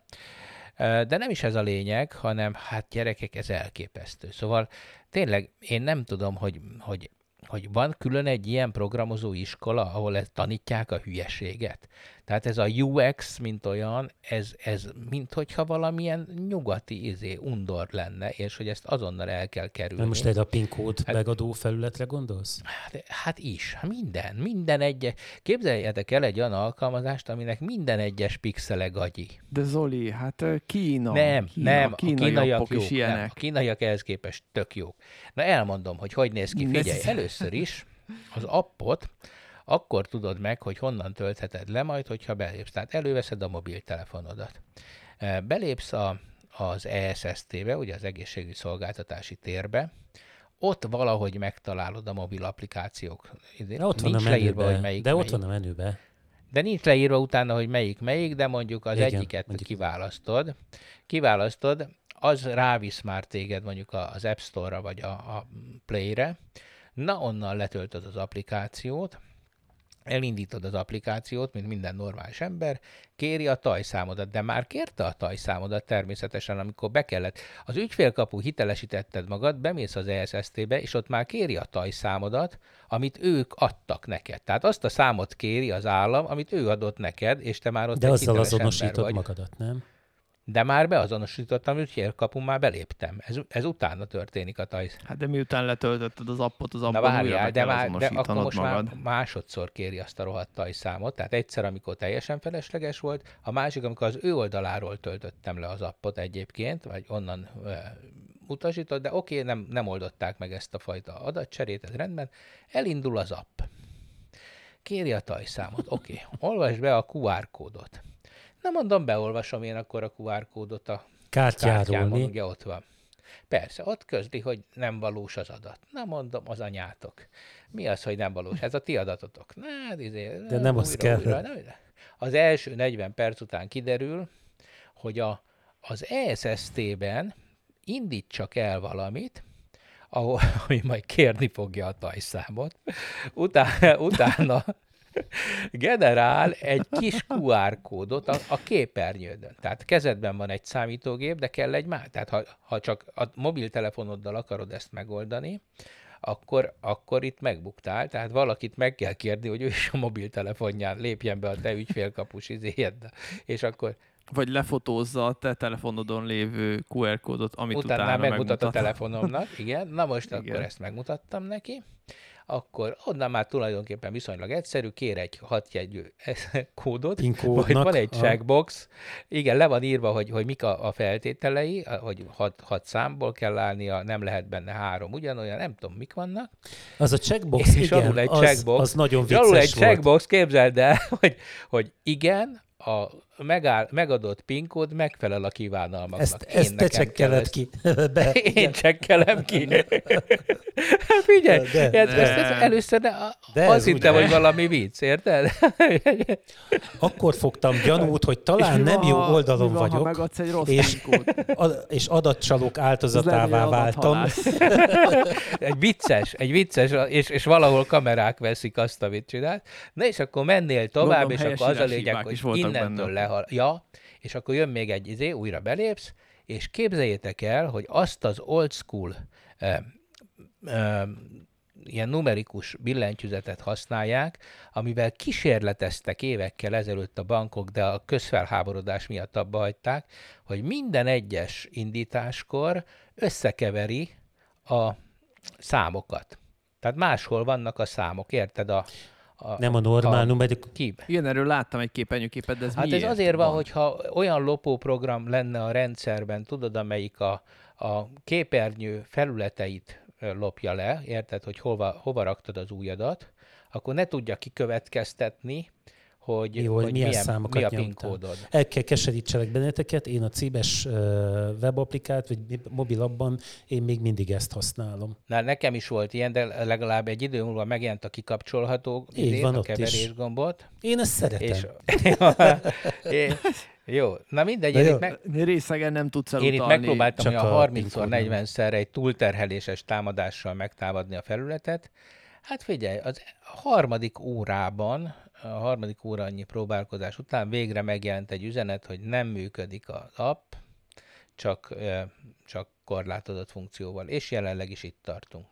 [SPEAKER 4] De nem is ez a lényeg, hanem hát gyerekek, ez elképesztő. Szóval tényleg én nem tudom, hogy, hogy, hogy van külön egy ilyen programozó iskola, ahol ezt tanítják a hülyeséget. Tehát ez a u iksz, mint olyan, ez, ez mint hogyha valamilyen nyugati izé, undor lenne, és hogy ezt azonnal el kell kerülni.
[SPEAKER 3] Na most erre a PIN kód hát, megadó felületre gondolsz?
[SPEAKER 4] Hát, hát is, minden, minden egyes. Képzeljetek el egy olyan alkalmazást, aminek minden egyes pixele gagyi.
[SPEAKER 5] De Zoli, hát Kína.
[SPEAKER 4] Nem,
[SPEAKER 5] Kína,
[SPEAKER 4] nem, a
[SPEAKER 5] kínaiak
[SPEAKER 4] jók,
[SPEAKER 5] is ilyenek.
[SPEAKER 4] nem, a kínaiak ehhez képest tök jók. Na elmondom, hogy hogy néz ki. Figyelj, először is az appot akkor tudod meg, hogy honnan töltheted le majd, hogyha belépsz. Tehát előveszed a mobiltelefonodat. Belépsz a, az E S S T-be, ugye az egészségügyi szolgáltatási térbe, ott valahogy megtalálod a mobil applikációk.
[SPEAKER 3] De ott nincs van a leírva, hogy melyik. De ott melyik. Van a menübe.
[SPEAKER 4] De nincs leírva utána, hogy melyik melyik, de mondjuk az igen, egyiket mondjuk. kiválasztod. Kiválasztod, az rávisz már téged mondjuk az App Store-ra vagy a, a Play-re. Na, onnan letöltöd az applikációt, elindítod az applikációt, mint minden normális ember, kéri a tajszámodat, de már kérte a tajszámodat természetesen, amikor be kellett. Az ügyfélkapu hitelesítetted magad, bemész az E S S T-be, és ott már kéri a tajszámodat, amit ők adtak neked. Tehát azt a számot kéri az állam, amit ő adott neked, és te már ott
[SPEAKER 3] de
[SPEAKER 4] egy
[SPEAKER 3] azzal
[SPEAKER 4] hiteles
[SPEAKER 3] azonosítod magadat, nem?
[SPEAKER 4] De már beazonosítottam, ügyfélkapun már beléptem. Ez, ez utána történik a tajsz.
[SPEAKER 5] Hát de miután letöltötted az appot, az appot újra be
[SPEAKER 4] de,
[SPEAKER 5] kell
[SPEAKER 4] már, de akkor most
[SPEAKER 5] magad.
[SPEAKER 4] már másodszor kéri azt a rohadt tajszámot. Tehát egyszer, amikor teljesen felesleges volt, a másik, amikor az ő oldaláról töltöttem le az appot egyébként, vagy onnan uh, utasított, de oké, okay, nem, nem oldották meg ezt a fajta adatcserét, ez rendben. Elindul az app. Kéri a tajszámot, oké. Okay. Olvasd be a Q R kódot. Na mondom, beolvasom én akkor a Q R kódot a
[SPEAKER 3] kártyáról,
[SPEAKER 4] ugye ott van. Persze, ott közli, hogy nem valós az adat. Na mondom, az anyátok. Mi az, hogy nem valós? Ez a ti adatotok. Na, izé,
[SPEAKER 3] De nem az kell.
[SPEAKER 4] Újra, nem, az első negyven perc után kiderül, hogy a, az E S S T-ben indítsak el valamit, ahol, ami majd kérni fogja a tajszámot, utána, utána generál egy kis kú ár kódot a, a képernyődön. Tehát kezedben van egy számítógép, de kell egy más. Tehát ha, ha csak a mobiltelefonoddal akarod ezt megoldani, akkor, akkor itt megbuktál. Tehát valakit meg kell kérni, hogy ő is a mobiltelefonján lépjen be a te ügyfélkapus izéjeddel. És akkor
[SPEAKER 5] Vagy lefotózza a te telefonodon lévő kú er kódot, amit
[SPEAKER 4] utána,
[SPEAKER 5] utána,
[SPEAKER 4] utána megmutat
[SPEAKER 5] megmutat
[SPEAKER 4] a telefonomnak. Igen, na most
[SPEAKER 5] Igen.
[SPEAKER 4] akkor ezt megmutattam neki. Akkor onnan már tulajdonképpen viszonylag egyszerű, kér egy hatjegyű kódot,
[SPEAKER 3] PIN-kódnak,
[SPEAKER 4] vagy van egy
[SPEAKER 3] a-
[SPEAKER 4] checkbox, igen, le van írva, hogy, hogy mik a, a feltételei, hogy hat, hat számból kell állnia, nem lehet benne három ugyanolyan, nem tudom, mik vannak.
[SPEAKER 3] Az a checkbox,
[SPEAKER 4] És alul
[SPEAKER 3] igen,
[SPEAKER 4] egy
[SPEAKER 3] az,
[SPEAKER 4] checkbox,
[SPEAKER 3] az nagyon
[SPEAKER 4] és alul egy
[SPEAKER 3] vicces volt.
[SPEAKER 4] checkbox, képzeld el, hogy, hogy igen, a megáll, megadott PIN kód megfelel a kívánalmaknak.
[SPEAKER 3] Ezt,
[SPEAKER 4] Én
[SPEAKER 3] ezt te
[SPEAKER 4] nekem kell
[SPEAKER 3] csekkeled
[SPEAKER 4] ezt-
[SPEAKER 3] ki. Be.
[SPEAKER 4] Én csekkelem ki. Hát figyelj,
[SPEAKER 3] De-
[SPEAKER 4] de,
[SPEAKER 3] de-
[SPEAKER 4] ezt, ezt először ne,
[SPEAKER 3] De
[SPEAKER 4] azt
[SPEAKER 3] ez úgy
[SPEAKER 4] hittem,
[SPEAKER 3] van.
[SPEAKER 4] hogy valami vicc, érted?
[SPEAKER 3] Akkor fogtam gyanút, hogy talán
[SPEAKER 5] És mi
[SPEAKER 3] nem
[SPEAKER 5] van,
[SPEAKER 3] jó
[SPEAKER 5] ha-
[SPEAKER 3] oldalon
[SPEAKER 5] mi van, ha
[SPEAKER 3] vagyok,
[SPEAKER 5] megadsz egy rossz
[SPEAKER 3] és,
[SPEAKER 5] PIN-kód?
[SPEAKER 3] ad- és adatcsalók
[SPEAKER 5] Ez lehet,
[SPEAKER 3] áldozatává
[SPEAKER 5] hogy
[SPEAKER 3] váltam.
[SPEAKER 5] adathalász.
[SPEAKER 4] Egy vicces, egy vicces, és, és valahol kamerák veszik azt, amit csinált. Na és akkor mennél tovább,
[SPEAKER 5] Gondolom,
[SPEAKER 4] és
[SPEAKER 5] helyes
[SPEAKER 4] akkor az a
[SPEAKER 5] írás
[SPEAKER 4] lényeg,
[SPEAKER 5] hibák is
[SPEAKER 4] hogy
[SPEAKER 5] voltak
[SPEAKER 4] innentől
[SPEAKER 5] benne.
[SPEAKER 4] lehal. Ja, és akkor jön még egy izé, újra belépsz, és képzeljétek el, hogy azt az old school eh, eh, ilyen numerikus billentyűzetet használják, amivel kísérleteztek évekkel ezelőtt a bankok, de a közfelháborodás miatt abba hagyták, hogy minden egyes indításkor összekeveri a számokat. Tehát máshol vannak a számok, érted? A, a,
[SPEAKER 3] Nem a normál
[SPEAKER 4] a,
[SPEAKER 3] numerik.
[SPEAKER 4] ki?
[SPEAKER 5] Igen, erről láttam egy képernyőképet, de ez
[SPEAKER 4] Hát
[SPEAKER 5] miért
[SPEAKER 4] ez azért van, hogyha olyan lopóprogram lenne a rendszerben, tudod, amelyik a, a képernyő felületeit ö, lopja le, érted, hogy hova, hova raktad az ujjadat, akkor ne tudja kikövetkeztetni, hogy,
[SPEAKER 3] Jó, hogy milyen
[SPEAKER 4] milyen,
[SPEAKER 3] számokat
[SPEAKER 4] mi a
[SPEAKER 3] nyomtál.
[SPEAKER 4] PIN kódod.
[SPEAKER 3] El kell keserítselek benneteket, én a Cibes uh, webaplikát, vagy mobilabban én még mindig ezt használom.
[SPEAKER 4] Na, nekem is volt ilyen, de legalább egy idő múlva megjelent a kikapcsolható
[SPEAKER 3] Így
[SPEAKER 4] izét,
[SPEAKER 3] van,
[SPEAKER 4] a
[SPEAKER 3] ott is.
[SPEAKER 4] keverésgombot.
[SPEAKER 3] Én ezt szeretem.
[SPEAKER 4] És... É, jó, na mindegy,
[SPEAKER 3] Na
[SPEAKER 4] én
[SPEAKER 3] jó.
[SPEAKER 4] itt, meg,
[SPEAKER 5] Részegen nem tudsz
[SPEAKER 4] én itt
[SPEAKER 5] elutalni.
[SPEAKER 4] megpróbáltam
[SPEAKER 3] csak
[SPEAKER 4] olyan
[SPEAKER 3] a
[SPEAKER 4] harmincszor,
[SPEAKER 3] PIN kódon.
[SPEAKER 4] negyvenszer egy túlterheléses támadással megtámadni a felületet. Hát figyelj, az harmadik órában, a harmadik óra annyi próbálkozás után végre megjelent egy üzenet, hogy nem működik az app, csak, ö, csak korlátozott funkcióval, és jelenleg is itt tartunk.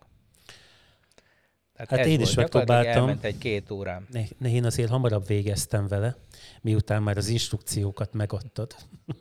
[SPEAKER 4] Tehát
[SPEAKER 3] Hát
[SPEAKER 4] ez
[SPEAKER 3] én
[SPEAKER 4] volt.
[SPEAKER 3] is
[SPEAKER 4] Gyakorlatilag
[SPEAKER 3] megpróbáltam.
[SPEAKER 4] Elment egy két órám.
[SPEAKER 3] Ne, ne, én azért hamarabb végeztem vele, miután már az instrukciókat megadtad.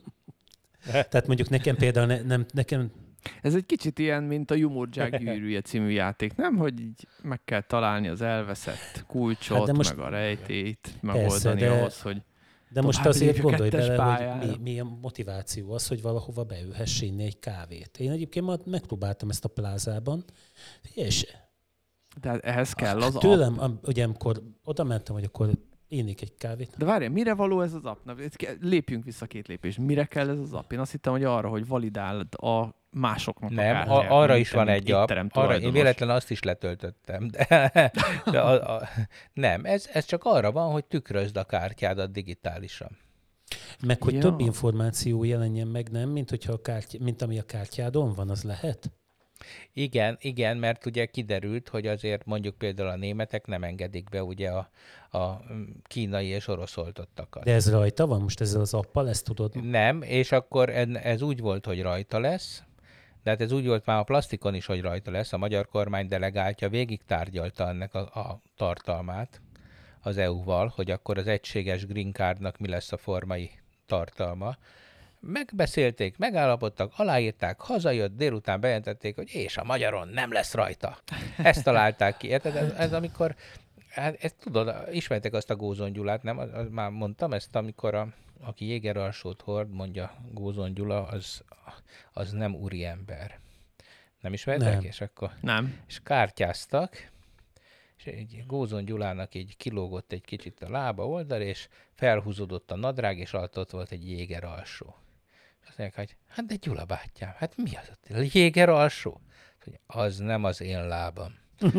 [SPEAKER 3] Tehát mondjuk nekem például ne, nem, nekem
[SPEAKER 5] Ez egy kicsit ilyen, mint a Jumurdzsák gyűrűje című játék, nem? Hogy így meg kell találni az elveszett kulcsot,
[SPEAKER 3] Hát de most-
[SPEAKER 5] meg a rejtét
[SPEAKER 3] Persze,
[SPEAKER 5] megoldani
[SPEAKER 3] de-
[SPEAKER 5] ahhoz, hogy
[SPEAKER 3] De most
[SPEAKER 5] Tovább
[SPEAKER 3] azért
[SPEAKER 5] lépjük
[SPEAKER 3] gondolj
[SPEAKER 5] kettes
[SPEAKER 3] bele, hogy
[SPEAKER 5] pályára.
[SPEAKER 3] mi, mi a motiváció az, hogy valahova beülhess inni egy kávét. Én egyébként ma megpróbáltam ezt a plázában, és
[SPEAKER 5] de ehhez kell az app.
[SPEAKER 3] tőlem, am- ugye amikor oda mentem, hogy akkor innék egy kávét.
[SPEAKER 5] De várjál, mire való ez az app? Na, itt ke- lépjünk vissza két lépés. Mire kell ez az app? Én azt hittem, hogy arra, hogy validáld a másoknak a
[SPEAKER 4] Nem,
[SPEAKER 5] kártyáját,
[SPEAKER 4] a, arra
[SPEAKER 5] mint
[SPEAKER 4] is
[SPEAKER 5] te,
[SPEAKER 4] van
[SPEAKER 5] mint
[SPEAKER 4] egy app,
[SPEAKER 5] étterem
[SPEAKER 4] arra, én
[SPEAKER 5] tulajdonos.
[SPEAKER 4] véletlen azt is letöltöttem, de, de a, a, nem, ez, ez csak arra van, hogy tükrözd a kártyádat digitálisan.
[SPEAKER 3] Meg hogy
[SPEAKER 5] Ja.
[SPEAKER 3] több információ jelenjen meg, nem? Mint, hogyha a kártya, mint ami a kártyádon van, az lehet?
[SPEAKER 4] Igen, igen, mert ugye kiderült, hogy azért mondjuk például a németek nem engedik be ugye a, a kínai és orosz oltottakat.
[SPEAKER 3] De ez rajta van most ezzel az appal, ezt tudod?
[SPEAKER 4] Nem, és akkor en- ez úgy volt, hogy rajta lesz, de hát ez úgy volt már a plastikon is, hogy rajta lesz. A magyar kormány delegáltja végig tárgyalta ennek a, a tartalmát az é u-val, hogy akkor az egységes green cardnak mi lesz a formai tartalma. Megbeszélték, megállapodtak, aláírták, hazajött, délután bejelentették, hogy és a magyaron nem lesz rajta. Ezt találták ki. Érted? Ez, ez amikor, hát ezt tudod, ismertek azt a Gózon Gyulát, nem? Az, az, már mondtam ezt, amikor a, aki jégeralsót hord, mondja Gózon Gyula, az, az nem úriember. Nem ismertek?
[SPEAKER 3] Nem.
[SPEAKER 4] És akkor
[SPEAKER 5] Nem.
[SPEAKER 4] és kártyáztak, és egy Gózon Gyulának így kilógott egy kicsit a lába oldal, és felhúzódott a nadrág, és alatt ott volt egy jéger alsó. Azt mondják, hogy hát de Gyula bátyám, hát mi az ott? Jéger alsó? Az nem az én lábam.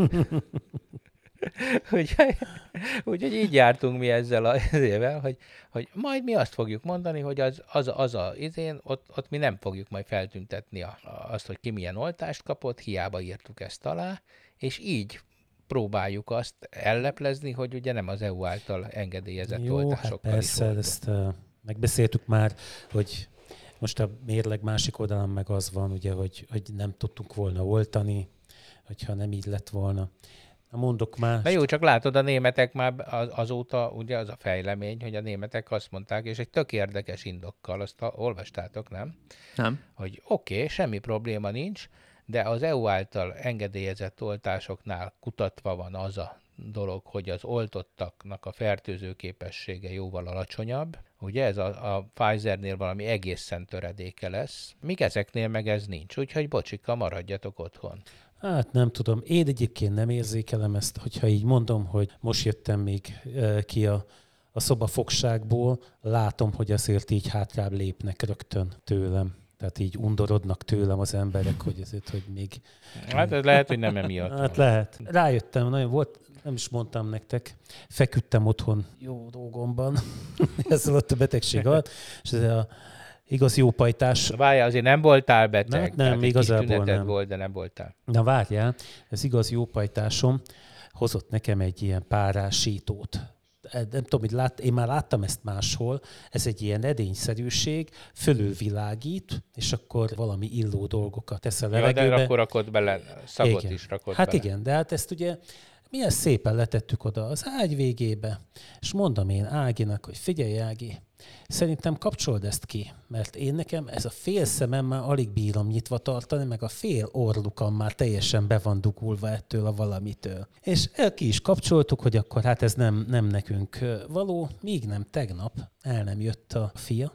[SPEAKER 4] Úgyhogy, úgyhogy így jártunk mi ezzel az évvel, hogy, hogy majd mi azt fogjuk mondani, hogy az, az, az a izén, ott, ott mi nem fogjuk majd feltüntetni a, azt, hogy ki milyen oltást kapott, hiába írtuk ezt alá, és így próbáljuk azt elleplezni, hogy ugye nem az é u által engedélyezett
[SPEAKER 3] Jó,
[SPEAKER 4] oltásokkal
[SPEAKER 3] hát
[SPEAKER 4] is
[SPEAKER 3] persze,
[SPEAKER 4] oltunk.
[SPEAKER 3] ezt uh, megbeszéltük már, hogy most a mérleg másik oldalán meg az van, ugye, hogy, hogy nem tudtunk volna oltani, hogyha nem így lett volna. Na mondok más.
[SPEAKER 4] Na jó, csak látod, a németek már az, azóta, ugye az a fejlemény, hogy a németek azt mondták, és egy tök érdekes indokkal, azt a, olvastátok, nem?
[SPEAKER 5] Nem.
[SPEAKER 4] Hogy oké, okay, semmi probléma nincs, de az é u által engedélyezett oltásoknál kutatva van az a dolog, hogy az oltottaknak a fertőző képessége jóval alacsonyabb. Ugye ez a, a Pfizernél valami egészen töredéke lesz, míg ezeknél meg ez nincs, úgyhogy bocsika, maradjatok otthon.
[SPEAKER 3] Hát nem tudom. Én egyébként nem érzékelem ezt, hogyha így mondom, hogy most jöttem még ki a, a szobafogságból, látom, hogy azért így hátrább lépnek rögtön tőlem. Tehát így undorodnak tőlem az emberek, hogy ezért, hogy még...
[SPEAKER 4] Hát ez lehet, hogy nem emiatt.
[SPEAKER 3] Hát lehet. Rájöttem, nagyon volt, nem is mondtam nektek, feküdtem otthon jó dolgomban, ezzel ott a betegség alatt, és ez a igaz jó pajtás.
[SPEAKER 4] Várjál, azért nem voltál beteg.
[SPEAKER 3] Na, nem, igazából nem.
[SPEAKER 4] Volt, de nem voltál.
[SPEAKER 3] Na várjál, ez igaz jó pajtásom hozott nekem egy ilyen párásítót. Nem tudom, hogy lát, én már láttam ezt máshol, ez egy ilyen edényszerűség, fölülvilágít, és akkor valami illó dolgokat tesz a levegőbe.
[SPEAKER 4] Ja, de akkor rakod bele, szagot
[SPEAKER 3] igen.
[SPEAKER 4] is rakod
[SPEAKER 3] Hát
[SPEAKER 4] bele.
[SPEAKER 3] igen, de hát ezt ugye milyen szépen letettük oda az ágy végébe, és mondom én Áginak, hogy figyelj Ági, szerintem kapcsold ezt ki, mert én nekem ez a fél szemem már alig bírom nyitva tartani, meg a fél orlukam már teljesen be van dugulva ettől a valamitől. És el ki is kapcsoltuk, hogy akkor hát ez nem, nem nekünk való, míg nem tegnap el nem jött a fia,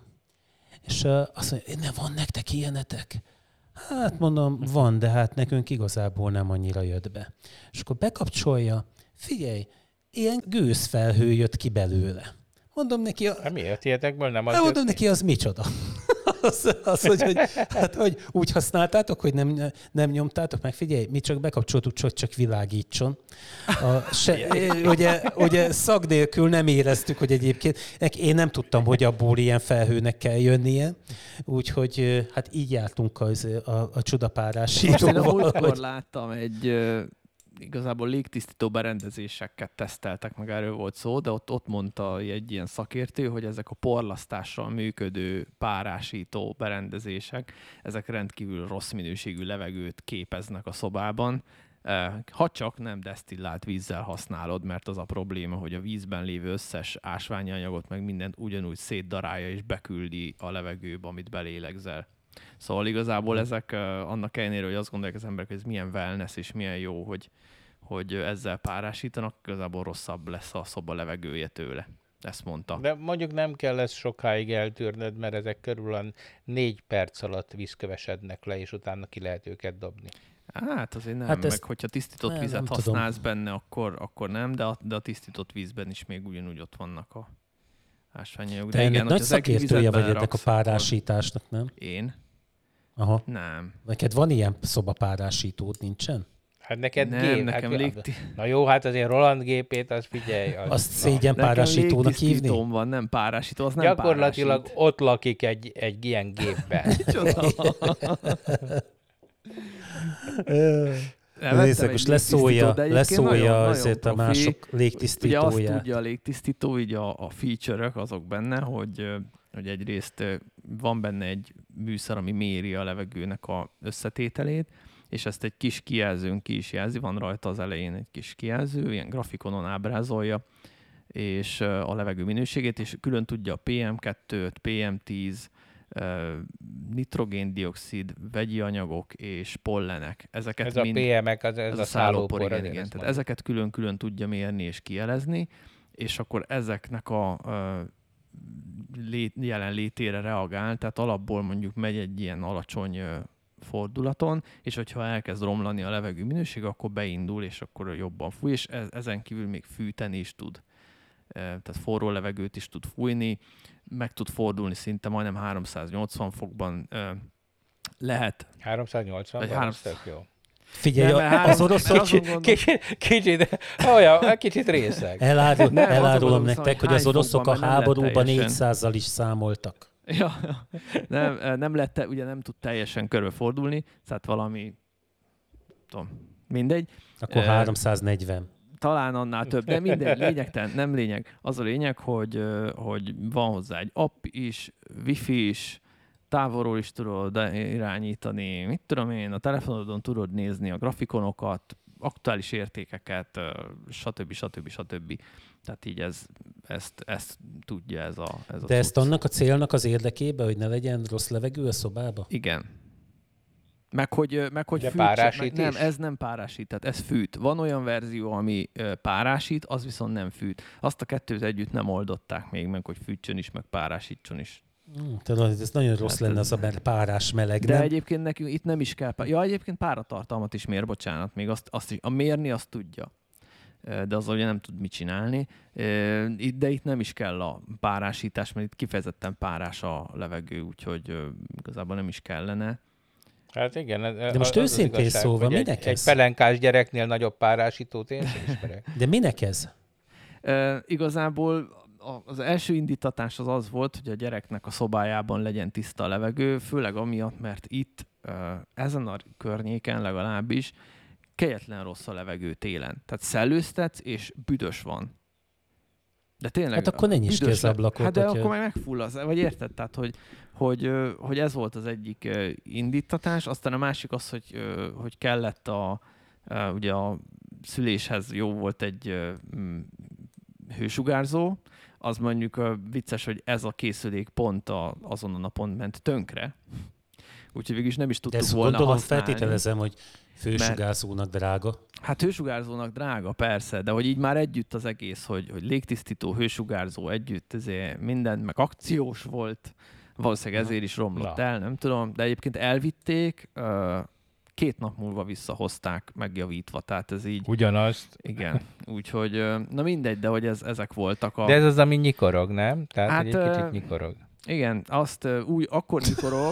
[SPEAKER 3] és azt mondja, nem van nektek ilyenetek? Hát mondom, van, de hát nekünk igazából nem annyira jött be. És akkor bekapcsolja, figyelj, ilyen gőzfelhő jött ki belőle. Mondom neki, a...
[SPEAKER 4] Hát miért ilyetekből nem az
[SPEAKER 3] hát
[SPEAKER 4] jött
[SPEAKER 3] mondom neki, az micsoda. az, az hogy, hogy, hát, hogy úgy használtátok, hogy nem, nem nyomtátok meg, figyelj, mi csak bekapcsoltuk, hogy csak világítson. A, se, ugye, ugye szag nélkül nem éreztük, hogy egyébként, én nem tudtam, hogy abból ilyen felhőnek kell jönnie, úgyhogy hát így jártunk az, a, a csodapárásítóval.
[SPEAKER 5] Én a múltkor
[SPEAKER 3] hogy...
[SPEAKER 5] láttam egy igazából légtisztító berendezéseket teszteltek, meg erről volt szó, de ott, ott mondta egy ilyen szakértő, hogy ezek a porlasztással működő párásító berendezések, ezek rendkívül rossz minőségű levegőt képeznek a szobában, ha csak nem desztillált vízzel használod, mert az a probléma, hogy a vízben lévő összes ásványi anyagot, meg mindent ugyanúgy szétdarálja és beküldi a levegőbe, amit belélegzel. Szóval igazából ezek annak ellenére, hogy azt gondolják az emberek, hogy ez milyen wellness és milyen jó, hogy, hogy ezzel párásítanak, igazából rosszabb lesz a szoba levegője tőle. Ezt mondta.
[SPEAKER 4] De mondjuk nem kell ezt sokáig eltűrnöd, mert ezek körül a négy perc alatt vízkövesednek le, és utána ki lehet őket dobni.
[SPEAKER 5] Hát azért nem,
[SPEAKER 3] hát
[SPEAKER 5] meg
[SPEAKER 3] ezt...
[SPEAKER 5] hogyha tisztított
[SPEAKER 3] nem,
[SPEAKER 5] vizet
[SPEAKER 3] nem
[SPEAKER 5] használsz
[SPEAKER 3] tudom.
[SPEAKER 5] benne, akkor, akkor nem, de a, de a tisztított vízben is még ugyanúgy ott vannak a ásványanyagok.
[SPEAKER 3] Te ennek nagy szakértője vagy ennek a párásításnak, nem?
[SPEAKER 5] Én?
[SPEAKER 3] Aha.
[SPEAKER 5] Nem.
[SPEAKER 3] Neked van ilyen szobapárásítód, nincsen?
[SPEAKER 4] Hát neked
[SPEAKER 5] nem,
[SPEAKER 4] gép,
[SPEAKER 5] nekem
[SPEAKER 4] hát,
[SPEAKER 5] légti...
[SPEAKER 4] Na jó, hát azért Roland gépét, az figyelj. Az,
[SPEAKER 3] Azt szégyen párásítónak hívni?
[SPEAKER 5] Nekem légtisztítóm van, nem párásító, az nem
[SPEAKER 4] Gyakorlatilag
[SPEAKER 5] párásít.
[SPEAKER 4] ott lakik egy, egy ilyen gépben.
[SPEAKER 3] Északos leszólja, leszólja azért a mások légtisztítóját.
[SPEAKER 5] Ugye azt tudja a légtisztító, így a, a feature-ök azok benne, hogy, hogy egyrészt van benne egy műszer, ami méri a levegőnek a összetételét, és ezt egy kis kijelzőn ki is jelzi, van rajta az elején egy kis kijelző, ilyen grafikonon ábrázolja, és a levegő minőségét, és külön tudja a pé em kettőt, pé em tíz, nitrogén-dioxid, vegyi anyagok és pollenek. Ezeket
[SPEAKER 4] ez
[SPEAKER 5] mind,
[SPEAKER 4] a pé em-ek, az, ez, ez a szállópor.
[SPEAKER 5] igen, igen. Tehát ezeket külön-külön tudja mérni és kijelezni, és akkor ezeknek a, a lét, jelenlétére reagál, tehát alapból mondjuk megy egy ilyen alacsony fordulaton, és hogyha elkezd romlani a levegő minőség, akkor beindul, és akkor jobban fúj, és ezen kívül még fűteni is tud. tehát forró levegőt is tud fújni, meg tud fordulni szinte majdnem háromszáznyolcvan fokban lehet.
[SPEAKER 4] háromszáznyolcvan?
[SPEAKER 5] Vagy három...
[SPEAKER 4] jó.
[SPEAKER 3] Figyelj,
[SPEAKER 5] nem,
[SPEAKER 3] a, az oroszok...
[SPEAKER 4] Kicsit, kicsit, olyan, kicsit részeg.
[SPEAKER 3] Elárul,
[SPEAKER 5] Nem,
[SPEAKER 3] elárulom
[SPEAKER 5] az
[SPEAKER 3] nektek, hogy
[SPEAKER 5] hány
[SPEAKER 3] az oroszok a
[SPEAKER 5] fokban, mert nem lett
[SPEAKER 3] háborúban
[SPEAKER 5] teljesen.
[SPEAKER 3] négyszázzal is számoltak.
[SPEAKER 5] Ja, nem, nem lett, ugye nem tud teljesen körbefordulni, tehát valami, tudom, mindegy.
[SPEAKER 3] Akkor
[SPEAKER 5] Eh,
[SPEAKER 3] háromszáznegyven.
[SPEAKER 5] Talán annál több, de mindegy, lényegtelen, nem lényeg. Az a lényeg, hogy, hogy van hozzá egy app is, wifi is, távolról is tudod irányítani, mit tudom én, a telefonodon tudod nézni a grafikonokat, aktuális értékeket, stb. stb. stb. Tehát így ez, ezt, ezt tudja ez a ez
[SPEAKER 3] De
[SPEAKER 5] a
[SPEAKER 3] ezt
[SPEAKER 5] cucc.
[SPEAKER 3] annak a célnak az érdekében, hogy ne legyen rossz levegő a szobába?
[SPEAKER 5] Igen. Meg hogy, meg, hogy
[SPEAKER 4] De
[SPEAKER 5] fűt,
[SPEAKER 4] párásít
[SPEAKER 5] meg, nem,
[SPEAKER 4] is?
[SPEAKER 5] ez nem párásít, tehát ez fűt. Van olyan verzió, ami ö, párásít, az viszont nem fűt. Azt a kettőt együtt nem oldották még meg, hogy fűtsön is, meg párásítson is.
[SPEAKER 3] Hmm, tudod, ez nagyon rossz
[SPEAKER 5] Hát
[SPEAKER 3] lenne
[SPEAKER 5] ez-
[SPEAKER 3] az a párás meleg,
[SPEAKER 5] De
[SPEAKER 3] nem?
[SPEAKER 5] egyébként nekünk itt nem is kell pár... Ja, egyébként páratartalmat is mér, bocsánat, még azt, azt is, a mérni azt tudja. Ö, De azzal ugye nem tud mit csinálni. Ö, itt- De itt nem is kell a párásítás, mert itt kifejezetten párás a levegő, úgyhogy ö, igazából nem is kellene.
[SPEAKER 4] Hát igen.
[SPEAKER 3] De most őszintén szóval,
[SPEAKER 4] egy,
[SPEAKER 3] minek
[SPEAKER 4] egy
[SPEAKER 3] ez?
[SPEAKER 4] pelenkás gyereknél nagyobb párásítót én sem ismerek.
[SPEAKER 3] De minek ez?
[SPEAKER 5] E, igazából a- az első indítatás az az volt, hogy a gyereknek a szobájában legyen tiszta a levegő, főleg amiatt, mert itt e, ezen a környéken legalábbis kegyetlen rossz a levegő télen. Tehát szellőztetsz, és büdös van. De tényleg...
[SPEAKER 3] Hát akkor ne nyisd ki
[SPEAKER 5] büdös
[SPEAKER 3] az
[SPEAKER 5] le-
[SPEAKER 3] ablakot,
[SPEAKER 5] Hát de
[SPEAKER 3] hogyha-
[SPEAKER 5] akkor meg megfullasz, vagy érted? Tehát, hogy, hogy, ö, hogy ez volt az egyik ö, indítatás, aztán a másik az, hogy, ö, hogy kellett a, ö, ugye a szüléshez jó volt egy ö, mm, hősugárzó, az mondjuk ö, vicces, hogy ez a készülék pont a, azon a napon ment tönkre, úgyhogy végül is nem is
[SPEAKER 3] De
[SPEAKER 5] tudtuk
[SPEAKER 3] ezt
[SPEAKER 5] volna
[SPEAKER 3] gondolom,
[SPEAKER 5] használni.
[SPEAKER 3] feltételezem, hogy fősugárzónak drága.
[SPEAKER 5] Hát hősugárzónak drága, persze, de hogy így már együtt az egész, hogy, hogy légtisztító, hősugárzó együtt, ezért minden, meg akciós volt, valószínűleg ezért is romlott
[SPEAKER 4] Na.
[SPEAKER 5] el, nem tudom, de egyébként elvitték, ö, két nap múlva visszahozták megjavítva, tehát ez így,
[SPEAKER 4] Ugyanazt.
[SPEAKER 5] igen, úgyhogy, ö, na mindegy, de hogy ez, ezek voltak a...
[SPEAKER 4] De ez az, ami nyikorog, nem? Tehát,
[SPEAKER 5] Hát,
[SPEAKER 4] hogy egy
[SPEAKER 5] ö,
[SPEAKER 4] kicsit nyikorog.
[SPEAKER 5] Igen, azt ö, úgy, akkor nyikorog,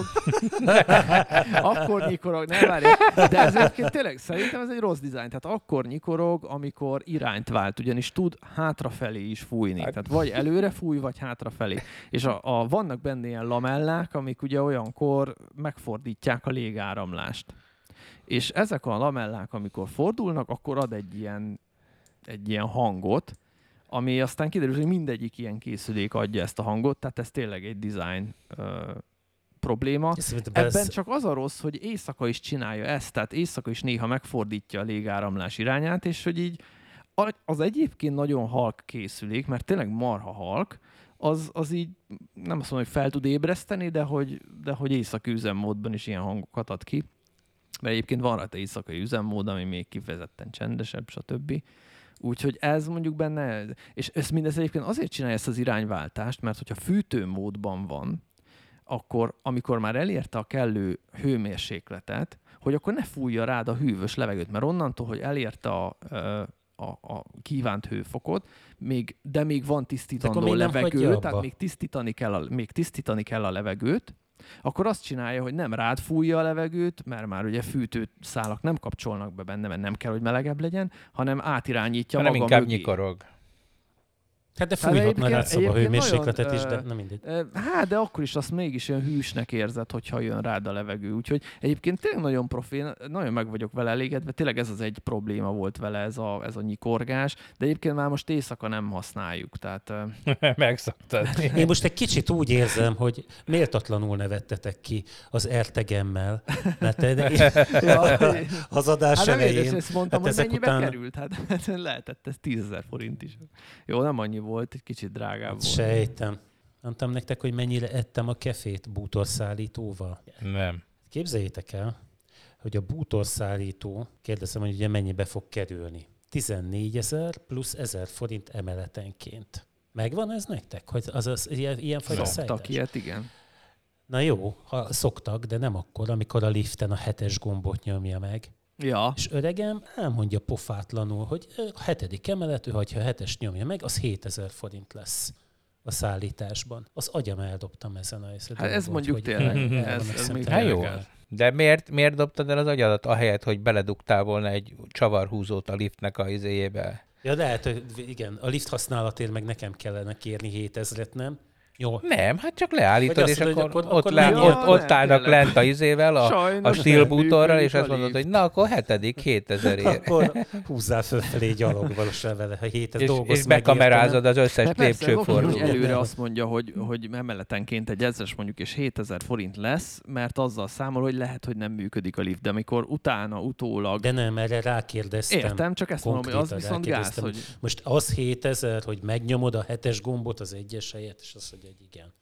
[SPEAKER 5] akkor nyikorog, nem várj, de ez egyébként tényleg, szerintem ez egy rossz dizájn, tehát akkor nyikorog, amikor irányt vált, ugyanis tud hátrafelé is fújni,
[SPEAKER 4] Hát-
[SPEAKER 5] tehát vagy előre fúj, vagy hátrafelé. És a, a, vannak benne ilyen lamellák, amik ugye olyankor megfordítják a légáramlást. És ezek a lamellák, amikor fordulnak, akkor ad egy ilyen, egy ilyen hangot, ami aztán kiderül, hogy mindegyik ilyen készülék adja ezt a hangot, tehát ez tényleg egy design ö, probléma.
[SPEAKER 3] Szerintem
[SPEAKER 5] Ebben
[SPEAKER 3] ez-
[SPEAKER 5] csak az a rossz, hogy éjszaka is csinálja ezt, tehát éjszaka is néha megfordítja a légáramlás irányát, és hogy így a- az egyébként nagyon halk készülék, mert tényleg marha halk, az, az így nem azt mondom, hogy fel tud ébreszteni, de hogy, de hogy éjszaki üzemmódban is ilyen hangokat ad ki. Mert egyébként van rajta éjszakai üzemmód, ami még kifejezetten csendesebb, stb. Úgyhogy ez mondjuk benne, és ezt mindez egyébként azért csinálja ezt az irányváltást, mert hogyha fűtőmódban van, akkor amikor már elérte a kellő hőmérsékletet, hogy akkor ne fújja rád a hűvös levegőt, mert onnantól, hogy elérte a, a, a kívánt hőfokot, még, de még van
[SPEAKER 3] De
[SPEAKER 5] tisztítandó
[SPEAKER 3] akkor miért nem hagyja
[SPEAKER 5] levegő,
[SPEAKER 3] abba?
[SPEAKER 5] tehát még tisztítani, kell a, még tisztítani kell a levegőt, akkor azt csinálja, hogy nem rád fújja a levegőt, mert már ugye fűtőszálak nem kapcsolnak be benne, mert nem kell, hogy melegebb legyen, hanem átirányítja
[SPEAKER 4] Hanem
[SPEAKER 5] maga
[SPEAKER 4] inkább
[SPEAKER 5] mögé.
[SPEAKER 4] nyikorog.
[SPEAKER 3] Hát de
[SPEAKER 5] Hát
[SPEAKER 3] fújhatna
[SPEAKER 5] egyébként-
[SPEAKER 3] rád szóba a
[SPEAKER 5] egyébként
[SPEAKER 3] hőmérsékletet
[SPEAKER 5] nagyon,
[SPEAKER 3] is, de
[SPEAKER 5] ö,
[SPEAKER 3] nem mindegy.
[SPEAKER 5] Ö, Hát, de akkor is azt mégis olyan hűsnek érzed, hogyha jön rád a levegő. Úgyhogy egyébként tényleg nagyon profi, nagyon meg vagyok vele elégedve. Tényleg ez az egy probléma volt vele, ez a, ez a nyikorgás. De egyébként már most éjszaka nem használjuk. Tehát ö,
[SPEAKER 4] Megszoktad.
[SPEAKER 3] Én most egy kicsit úgy érzem, hogy méltatlanul nevettetek ki az ertegemmel, mert az adás
[SPEAKER 5] hát nem érdekes,
[SPEAKER 3] elején...
[SPEAKER 5] ezt mondtam,
[SPEAKER 3] hát
[SPEAKER 5] hogy
[SPEAKER 3] ezek
[SPEAKER 5] mennyibe
[SPEAKER 3] után-
[SPEAKER 5] került. Hát, hát lehetett ez tízezer forint is. Jó, nem annyi volt, egy kicsit drágább volt.
[SPEAKER 3] Sejtem. Mondtam nektek, hogy mennyire ettem a kefét bútorszállítóval.
[SPEAKER 4] Nem.
[SPEAKER 3] Képzeljétek el, hogy a bútorszállító, kérdezem, hogy ugye mennyibe fog kerülni. tizennégyezer plusz ezer forint emeletenként. Megvan ez nektek? Hogy az, az ilyen, ilyenfajta
[SPEAKER 5] Szoktak
[SPEAKER 3] szállítás?
[SPEAKER 5] ilyet, igen.
[SPEAKER 3] Na jó, ha szoktak, de nem akkor, amikor a liften a hetes gombot nyomja meg.
[SPEAKER 5] Ja.
[SPEAKER 3] És öregem elmondja pofátlanul, hogy a hetedik emelet, ő hagyja a hetes nyomja meg, az hétezer forint lesz a szállításban. Az agyam eldobtam ezen a
[SPEAKER 5] Hát ez mondjuk tényleg. ez, ez még
[SPEAKER 4] Hát jó. De miért, miért dobtad el az agyadat ahelyett, hogy beledugtál volna egy csavarhúzót a liftnek a izéjébe?
[SPEAKER 3] Ja, lehet, hogy igen, a lift használatért meg nekem kellene kérni hétezret, nem? Jó.
[SPEAKER 4] Nem, hát csak leállítod, és
[SPEAKER 3] mondod,
[SPEAKER 4] akkor,
[SPEAKER 3] akkor-
[SPEAKER 4] ott,
[SPEAKER 3] akkor
[SPEAKER 4] le,
[SPEAKER 3] nem,
[SPEAKER 4] ott,
[SPEAKER 5] ja,
[SPEAKER 4] ott
[SPEAKER 5] nem,
[SPEAKER 4] állnak
[SPEAKER 5] tényleg.
[SPEAKER 4] lent a izével, a, a
[SPEAKER 5] Sajnos
[SPEAKER 4] stílbútorral,
[SPEAKER 5] nem
[SPEAKER 4] és azt
[SPEAKER 5] működik
[SPEAKER 4] mondod,
[SPEAKER 5] a
[SPEAKER 4] hogy na, akkor hetedik, hétezerért.
[SPEAKER 3] Akkor húzzál fölfelé gyalog valósan vele, ha hétez
[SPEAKER 4] És,
[SPEAKER 3] dolgoz
[SPEAKER 4] és bekamerázod az összes
[SPEAKER 5] De persze, ez oké, hogy
[SPEAKER 4] lépcsőfordulót.
[SPEAKER 5] előre azt mondja, hogy, hogy emeletenként egy ezres mondjuk és hétezer forint lesz, mert azzal számol, hogy lehet, hogy nem működik a lift, de amikor utána, utólag...
[SPEAKER 3] De nem, erre rákérdeztem.
[SPEAKER 5] Értem, csak ezt mondom, hogy az
[SPEAKER 3] Konkrétan
[SPEAKER 5] viszont gáz,
[SPEAKER 3] rákérdeztem.
[SPEAKER 5] hogy...
[SPEAKER 3] Most az hétezer, hogy megnyomod a hetes gombot az egyes helyet, és azt mondja, hogy igen.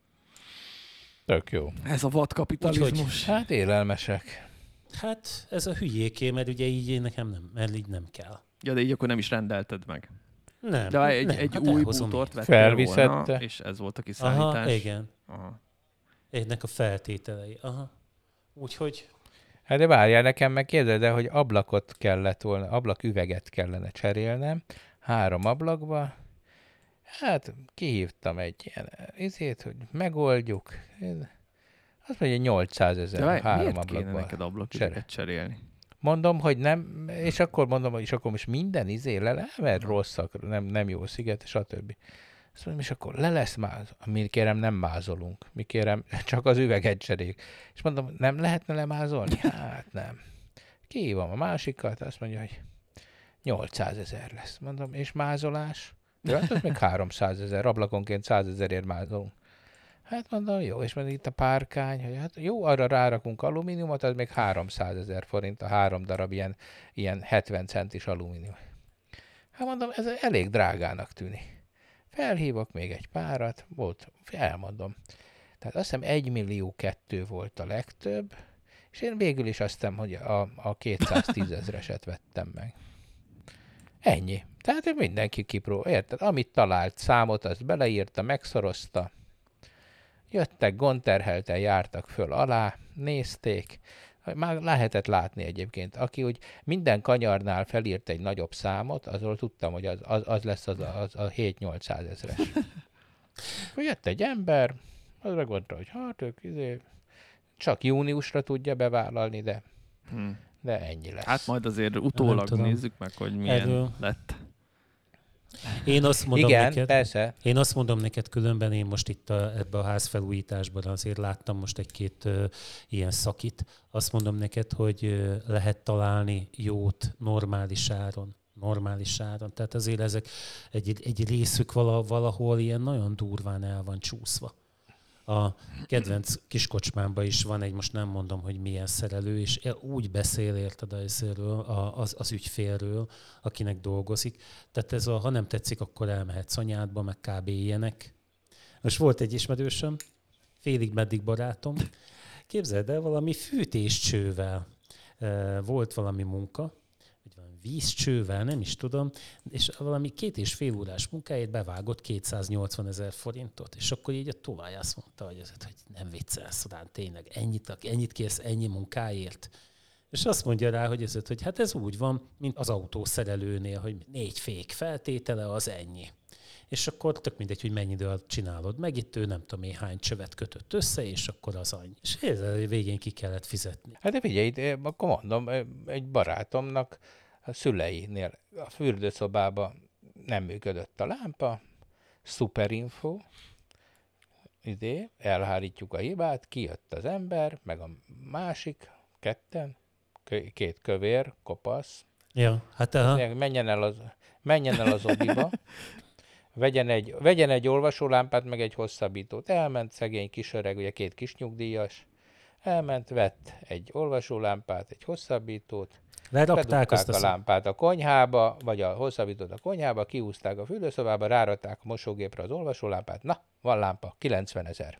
[SPEAKER 4] Tök jó.
[SPEAKER 5] Ez a vadkapitalizmus.
[SPEAKER 4] Hát élelmesek.
[SPEAKER 3] Hát ez a hülyéké, mert ugye így én nekem nem, mert így nem kell.
[SPEAKER 5] Ja, de így akkor nem is rendelted meg.
[SPEAKER 3] Nem,
[SPEAKER 5] De egy,
[SPEAKER 3] nem,
[SPEAKER 5] egy
[SPEAKER 3] hát
[SPEAKER 5] új
[SPEAKER 3] elhozom
[SPEAKER 5] bútort
[SPEAKER 3] én.
[SPEAKER 5] vettél
[SPEAKER 4] Felviszette.
[SPEAKER 5] volna, és ez volt a kiszállítás.
[SPEAKER 3] Aha, igen.
[SPEAKER 5] Aha.
[SPEAKER 3] Ennek a feltételei. Aha. Úgyhogy
[SPEAKER 4] Hát de várjál, nekem meg képzeld el, hogy ablakot kellett volna, ablaküveget kellene cserélnem, három ablakba. Hát kihívtam egy ilyen izét, hogy megoldjuk. Azt mondja,
[SPEAKER 5] De
[SPEAKER 4] nyolcszázezer
[SPEAKER 5] várj,
[SPEAKER 4] három
[SPEAKER 5] miért kéne
[SPEAKER 4] ablakba.
[SPEAKER 5] neked ablaküveget cserélni?
[SPEAKER 4] Mondom, hogy nem, és akkor mondom, és akkor most minden izé le, le mert rosszak, nem, nem jó sziget, stb. Azt mondom, és akkor le lesz máz. Mi kérem, nem mázolunk. Mi kérem, csak az üveget cseréljük. És mondom, nem lehetne lemázolni? Hát nem. Kihívom a másikat, azt mondja, hogy nyolcszázezer lesz. Mondom, és mázolás? De hát az még háromszázezer, ablakonként százezerért mázolunk. Hát mondom, jó, és mondom, itt a párkány, hogy hát jó, arra rárakunk alumíniumot, az még háromszázezer forint, a három darab ilyen, ilyen hetven centis alumínium. Hát mondom, ez elég drágának tűnik. Felhívok még egy párat, volt, elmondom. Tehát azt hiszem egy millió kettő volt a legtöbb, és én végül is azt hiszem, hogy a, a kétszáztízezereset vettem meg. Ennyi. Tehát mindenki kipróbál, érted? Amit talált számot, azt beleírta, megszorozta. Jöttek, gondterhelten jártak föl alá, nézték. Már lehetett látni egyébként. Aki úgy minden kanyarnál felírt egy nagyobb számot, azról tudtam, hogy az, az, az lesz az a, az a hét-nyolcszáz ezres. Jött egy ember, az megmondta, hogy hát ők izé, csak júniusra tudja bevállalni, de,
[SPEAKER 5] Hmm.
[SPEAKER 4] de ennyi lesz.
[SPEAKER 5] Hát majd azért utólag
[SPEAKER 3] tudom.
[SPEAKER 5] nézzük meg, hogy milyen
[SPEAKER 3] Erről-
[SPEAKER 5] lett.
[SPEAKER 3] én azt mondom
[SPEAKER 4] Igen,
[SPEAKER 3] neked,
[SPEAKER 4] persze.
[SPEAKER 3] én azt mondom neked különben, én most itt a, ebbe a házfelújításban azért láttam most egy-két uh, ilyen szakit. Azt mondom neked, hogy uh, lehet találni jót normális áron. Normális áron. Tehát azért ezek egy, egy részük vala, valahol ilyen nagyon durván el van csúszva. A kedvenc kiskocsmámban is van egy, most nem mondom, hogy milyen szerelő, és úgy beszél, érted ezről, az, az ügyfélről, akinek dolgozik. Tehát ez a, ha nem tetszik, akkor elmehetsz anyádba, meg kb. Ilyenek. Most volt egy ismerősöm, félig meddig barátom. Képzeld el, valami fűtéscsővel volt valami munka, vagy valami vízcsővel, nem is tudom, és valami két és fél órás munkáért bevágott kétszáznyolcvan ezer forintot. És akkor így a tovább azt mondta, hogy, az, hogy nem viccelsz rá, tényleg ennyit, ennyit kérsz ennyi munkáért. És azt mondja rá, hogy, ez, hogy hát ez úgy van, mint az autószerelőnél, hogy négy fék feltétele az ennyi. És akkor tök mindegy, hogy mennyi időt csinálod meg, itt ő nem tudom én hány csövet kötött össze, és akkor az annyi. És ezzel végén ki kellett fizetni.
[SPEAKER 4] Hát de figyelj, itt, akkor mondom, egy barátomnak a szüleinél a fürdőszobában nem működött a lámpa, szuperinfo, idé, elhárítjuk a hibát, kijött az ember, meg a másik, ketten, két kövér, kopasz,
[SPEAKER 3] Ja, hát aha.
[SPEAKER 4] menjen el az, menjen el az obiba, vegyen egy, vegyen egy olvasólámpát, meg egy hosszabbítót. Elment szegény kisöreg, ugye két kis nyugdíjas, elment, vett egy olvasólámpát, egy hosszabbítót,
[SPEAKER 3] Lerakták azt
[SPEAKER 4] bedugták a lámpát a konyhába, vagy a hosszabbítót a konyhába, kihúzták a fürdőszobába, rárakták a mosógépre az olvasólámpát, na, van lámpa, kilencven ezer.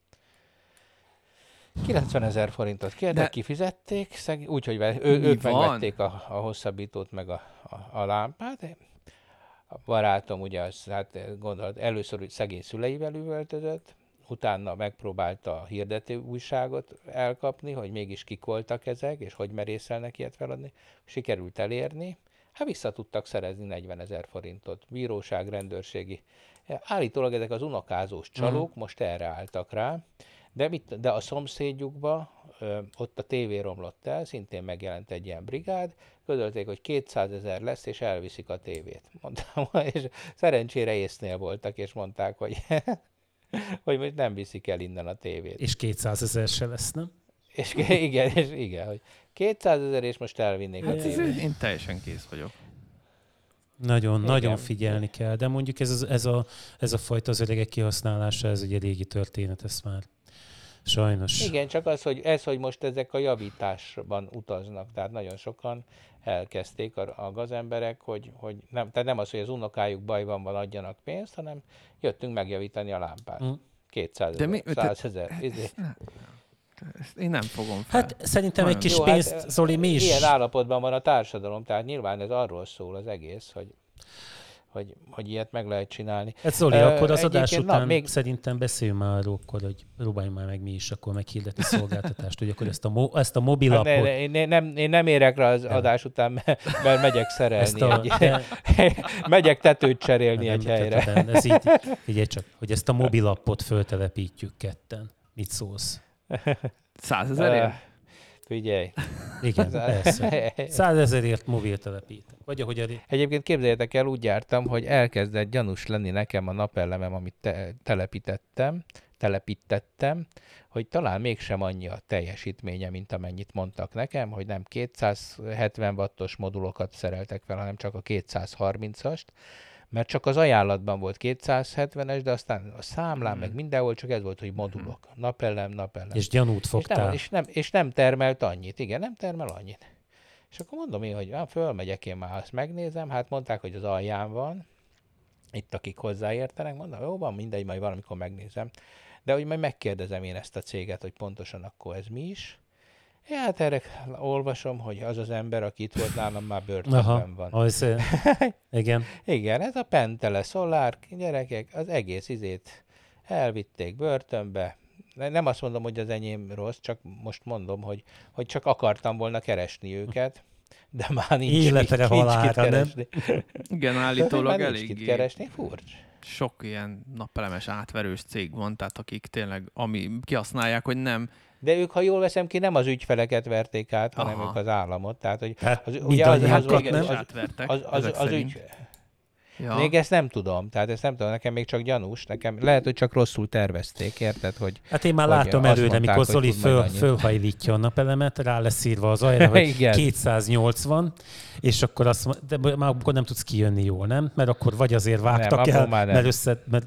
[SPEAKER 4] kilencven ezer forintot kértek,
[SPEAKER 5] De-
[SPEAKER 4] kifizették, szeg... úgyhogy ve- ő,
[SPEAKER 5] Mi
[SPEAKER 4] ők
[SPEAKER 5] van?
[SPEAKER 4] megvették a, a hosszabbítót, meg a, a, a lámpát. A barátom ugye, az, hát gondolod, először úgy szegény szüleivel üvöltözött, utána megpróbálta a hirdető újságot elkapni, hogy mégis kik voltak ezek, és hogy merészelnek ilyet feladni. Sikerült elérni. Hát vissza tudtak szerezni negyvenezer forintot. Bíróság, rendőrségi. Állítólag ezek az unokázós csalók mm. most erre álltak rá, de, mit, de a szomszédjukba, ö, ott a tévé romlott el, szintén megjelent egy ilyen brigád, közölték, hogy kétszázezer lesz, és elviszik a tévét. Mondtam, és szerencsére észnél voltak, és mondták, hogy, hogy most nem viszik el innen a tévét.
[SPEAKER 3] És kétszázezer se lesz, nem?
[SPEAKER 4] És igen, és igen, hogy kétszázezer, és most elvinnék a tévét.
[SPEAKER 5] Én teljesen kész vagyok.
[SPEAKER 3] Nagyon,
[SPEAKER 4] Igen.
[SPEAKER 3] nagyon figyelni kell, de mondjuk ez, ez, a, ez a fajta az öregek kihasználása, ez egy régi történet, ez már sajnos.
[SPEAKER 4] Igen, csak az, hogy ez, hogy most ezek a javításban utaznak, tehát nagyon sokan elkezdték a, a gazemberek, hogy, hogy nem, tehát nem az, hogy az unokájuk bajban van, adjanak pénzt, hanem jöttünk megjavítani a lámpát. Mm. kétszázezer, százezer.
[SPEAKER 5] Én nem fogom fel.
[SPEAKER 3] Hát szerintem
[SPEAKER 5] Nagyon
[SPEAKER 3] egy kis
[SPEAKER 4] jó,
[SPEAKER 3] pénzt,
[SPEAKER 4] hát,
[SPEAKER 3] Zoli, mi is...
[SPEAKER 4] Ilyen állapotban van a társadalom, tehát nyilván ez arról szól az egész, hogy, hogy, hogy ilyet meg lehet csinálni.
[SPEAKER 3] Hát Zoli, uh, akkor az adás után
[SPEAKER 4] na, még...
[SPEAKER 3] szerintem beszéljünk már arról, akkor, hogy próbáljunk már meg mi is akkor meghirdetni szolgáltatást, hogy akkor ezt a, mo- ezt a mobilapot...
[SPEAKER 4] Hát ne, ne, nem, én nem érek rá az adás után, mert, mert megyek szerelni.
[SPEAKER 3] A...
[SPEAKER 4] Egy, megyek tetőt cserélni
[SPEAKER 3] nem,
[SPEAKER 4] egy helyre.
[SPEAKER 3] Tehát, ez így, figyelj csak, hogy ezt a mobilapot föltelepítjük ketten. Mit szólsz?
[SPEAKER 5] Százezerért? Uh,
[SPEAKER 4] figyelj.
[SPEAKER 3] Igen, persze. Százezerért mobil telepítek. Vagy ahogy a...
[SPEAKER 4] Egyébként képzeljétek el, úgy jártam, hogy elkezdett gyanús lenni nekem a napelemem, amit te- telepítettem, telepítettem, hogy talán mégsem annyi a teljesítménye, mint amennyit mondtak nekem, hogy nem kétszázhetven wattos modulokat szereltek fel, hanem csak a kétszázharmincast, mert csak az ajánlatban volt kétszázhetvenes, de aztán a számlán mm. meg mindenhol csak ez volt, hogy modulok. Napelem, napelem.
[SPEAKER 3] És gyanút fogtál.
[SPEAKER 4] És nem, és, nem, és nem termelt annyit. Igen, nem termel annyit. És akkor mondom én, hogy fölmegyek én már, azt megnézem. Hát mondták, hogy az alján van. Itt akik hozzáértenek, mondom, jó van, mindegy, majd valamikor megnézem. De hogy majd megkérdezem én ezt a céget, hogy pontosan akkor ez mi is. Ja, hát erre olvasom, hogy az az ember, aki itt volt nálam, már börtönben Aha, van.
[SPEAKER 3] Az, igen.
[SPEAKER 4] Igen, ez a Pentele Solar, gyerekek, az egész izét elvitték börtönbe. Nem azt mondom, hogy az enyém rossz, csak most mondom, hogy, hogy csak akartam volna keresni őket, de már nincs,
[SPEAKER 3] Életre
[SPEAKER 4] nincs, nincs
[SPEAKER 3] halálra,
[SPEAKER 4] kit keresni.
[SPEAKER 5] Igen, állítólag
[SPEAKER 4] elég kit keresni, furcsa.
[SPEAKER 5] Sok ilyen napelemes átverős cég van, tehát akik tényleg, ami kihasználják, hogy nem.
[SPEAKER 4] De ők, ha jól veszem ki, nem az ügyfeleket verték át, hanem Aha. ők az államot. Tehát, hogy
[SPEAKER 3] hát,
[SPEAKER 4] az, ugye az, az, az,
[SPEAKER 5] az,
[SPEAKER 4] az, az, az, az, az ügy... Ja. Még ezt nem tudom, tehát ezt nem tudom, nekem még csak gyanús, nekem lehet, hogy csak rosszul tervezték, érted, hogy...
[SPEAKER 3] Hát én már látom előre, mikor Zoli föl, fölhajlítja a napelemet, rá lesz írva az ajra, hogy kétszáznyolcvan, és akkor azt mondja, de már akkor nem tudsz kijönni jól, nem? Mert akkor vagy azért vágtak nem, el, mert össze... Mert...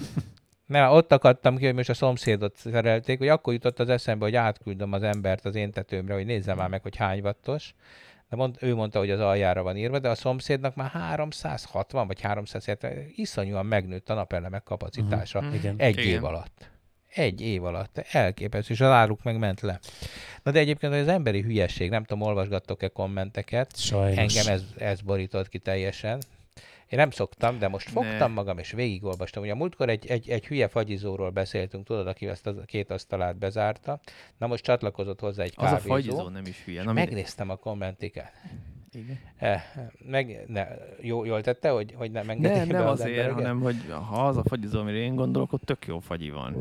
[SPEAKER 4] Nem, ott akadtam ki, hogy most a szomszédot szerelték, hogy akkor jutott az eszembe, hogy átküldöm az embert az én tetőmre, hogy nézzem már meg, hogy hány wattos. De mond, ő mondta, hogy az aljára van írva, de a szomszédnak már háromszázhatvan vagy háromszázhetven, iszonyúan megnőtt a napelemek kapacitása uh-huh. egy Igen. év alatt. Egy év alatt. Elképesztő, és az áruk meg ment le. Na de egyébként az emberi hülyesség, nem tudom, olvasgattok-e kommenteket.
[SPEAKER 3] Sajnos.
[SPEAKER 4] Engem ez, ez borított ki teljesen. Én nem szoktam, de most fogtam ne. magam, és végigolvastam. Ugye a múltkor egy, egy, egy hülye fagyizóról beszéltünk, tudod, aki ezt a két asztalát bezárta. Na most csatlakozott hozzá egy kávézó.
[SPEAKER 5] Az a fagyizó nem is hülye. Na,
[SPEAKER 4] megnéztem a kommenteket.
[SPEAKER 5] Igen.
[SPEAKER 4] Eh, meg, ne, jó, jól tette, hogy, hogy nem engedték
[SPEAKER 5] ne,
[SPEAKER 4] be
[SPEAKER 5] nem
[SPEAKER 4] az
[SPEAKER 5] azért,
[SPEAKER 4] embereket?
[SPEAKER 5] hanem, hogy ha az a fagyizó, amire én gondolok, ott tök jó fagyi van.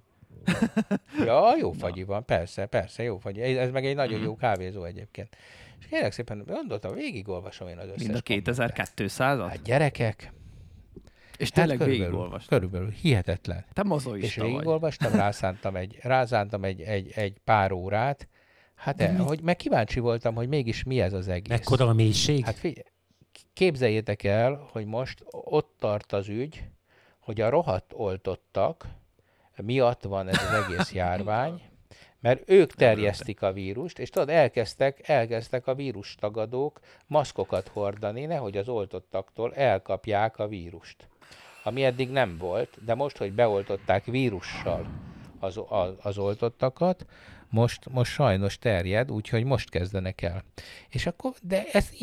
[SPEAKER 4] Ja, jó fagyi van, persze, persze, jó fagyi. Ez meg egy nagyon jó kávézó egyébként. És kérlek szépen, gondoltam, végigolvasom én az összes
[SPEAKER 5] Mind a kétezer-kétszázat?
[SPEAKER 4] Hát gyerekek.
[SPEAKER 5] És tényleg
[SPEAKER 4] hát
[SPEAKER 5] végigolvastam.
[SPEAKER 4] Körülbelül, hihetetlen.
[SPEAKER 5] Te mozoista
[SPEAKER 4] És végigolvastam, rázántam egy, rázántam egy, egy, egy pár órát. Hát, el, hogy meg kíváncsi voltam, hogy mégis mi ez az egész.
[SPEAKER 3] Mekkora a mélység?
[SPEAKER 4] Hát figyelj, képzeljétek el, hogy most ott tart az ügy, hogy a rohadt oltottak miatt van ez az egész járvány, mert ők terjesztik a vírust, és tudod, elkezdtek, elkezdtek a vírustagadók maszkokat hordani, nehogy az oltottaktól elkapják a vírust. Ami eddig nem volt, de most, hogy beoltották vírussal az, az, az oltottakat, most, most sajnos terjed, úgyhogy most kezdenek el. És akkor, de ez ilyen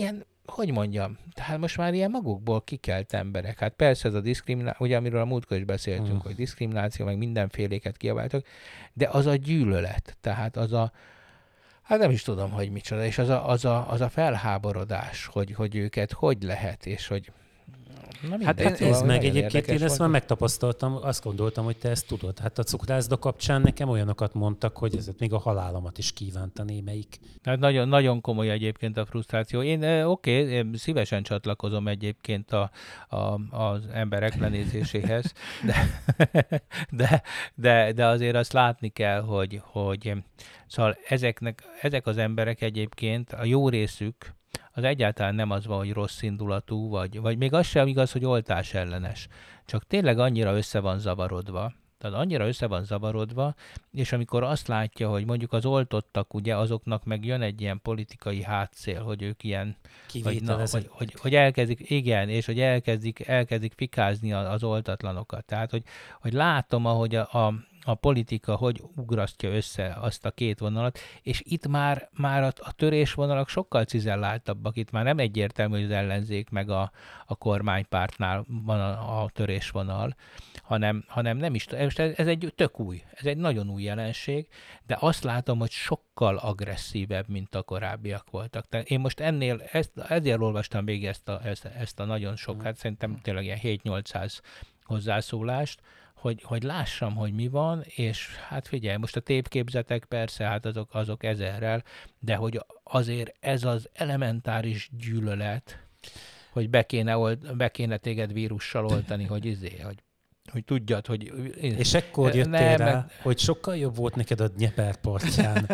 [SPEAKER 4] hogy mondjam, tehát most már ilyen magukból kikelt emberek. Hát persze ez a diszkrimináció, ugye amiről a múltkor is beszéltünk, hmm. hogy diszkrimináció, meg mindenféléket kiabáltak, de az a gyűlölet, tehát az a, hát nem is tudom, hogy micsoda, és az a, az a, az a felháborodás, hogy, hogy őket hogy lehet, és hogy na
[SPEAKER 3] hát ez szóval meg egyébként én ezt már megtapasztaltam, azt gondoltam, hogy te ezt tudod. Hát a cukrászda kapcsán nekem olyanokat mondtak, hogy ez még a halálomat is kívánta némelyik.
[SPEAKER 4] Hát nagyon, nagyon komoly egyébként a frusztráció. Én oké, okay, én szívesen csatlakozom egyébként a, a, az emberek lenézéséhez, de, de, de, de azért azt látni kell, hogy, hogy szóval ezeknek, ezek az emberek egyébként a jó részük az egyáltalán nem az van, hogy rossz indulatú, vagy, vagy még az sem igaz, hogy oltás ellenes. Csak tényleg annyira össze van zavarodva, tehát annyira össze van zavarodva, és amikor azt látja, hogy mondjuk az oltottak, ugye azoknak meg jön egy ilyen politikai hátszél, hogy ők ilyen, vagy, na, hogy, hogy, hogy elkezdik, igen, és hogy elkezdik, elkezdik fikázni az oltatlanokat. Tehát, hogy, hogy látom, ahogy a, a a politika hogy ugrasztja össze azt a két vonalat, és itt már, már a, a törésvonalak sokkal cizelláltabbak, itt már nem egyértelmű, hogy az ellenzék meg a, a kormánypártnál van a, a törésvonal, hanem, hanem nem is, ez, ez egy tök új, ez egy nagyon új jelenség, de azt látom, hogy sokkal agresszívebb, mint a korábbiak voltak. Tehát én most ennél, ezt, ezért olvastam végig ezt a, ezt, ezt a nagyon sok, hát szerintem tényleg ilyen hét-nyolcszáz hozzászólást, Hogy, hogy lássam, hogy mi van, és hát figyelj, most a tépképzetek persze, hát azok, azok ezerrel, de hogy azért ez az elementáris gyűlölet, hogy be kéne, old, be kéne téged vírussal oltani, hogy izé, hogy, hogy tudjad, hogy...
[SPEAKER 3] És ekkor jöttél nem, rá, mert... hogy sokkal jobb volt neked a Dnyeper partján.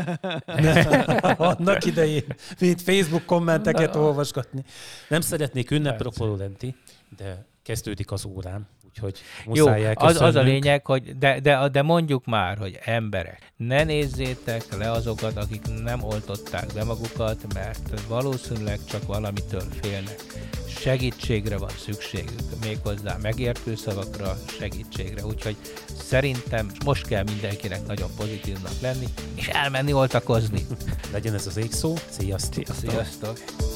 [SPEAKER 3] Annak idején, mint Facebook kommenteket Na. olvasgatni. Nem szeretnék ünnepropoló lenni, de kezdődik az órám. Úgyhogy muszáj
[SPEAKER 4] Jó, az, az a lényeg, hogy de, de, de mondjuk már, hogy emberek, ne nézzétek le azokat, akik nem oltották be magukat, mert valószínűleg csak valamitől félnek. Segítségre van szükségük, méghozzá megértő szavakra, segítségre. Úgyhogy szerintem most kell mindenkinek nagyon pozitívnak lenni, és elmenni oltakozni.
[SPEAKER 3] Legyen ez az égszó. Sziasztok!
[SPEAKER 4] Sziasztok!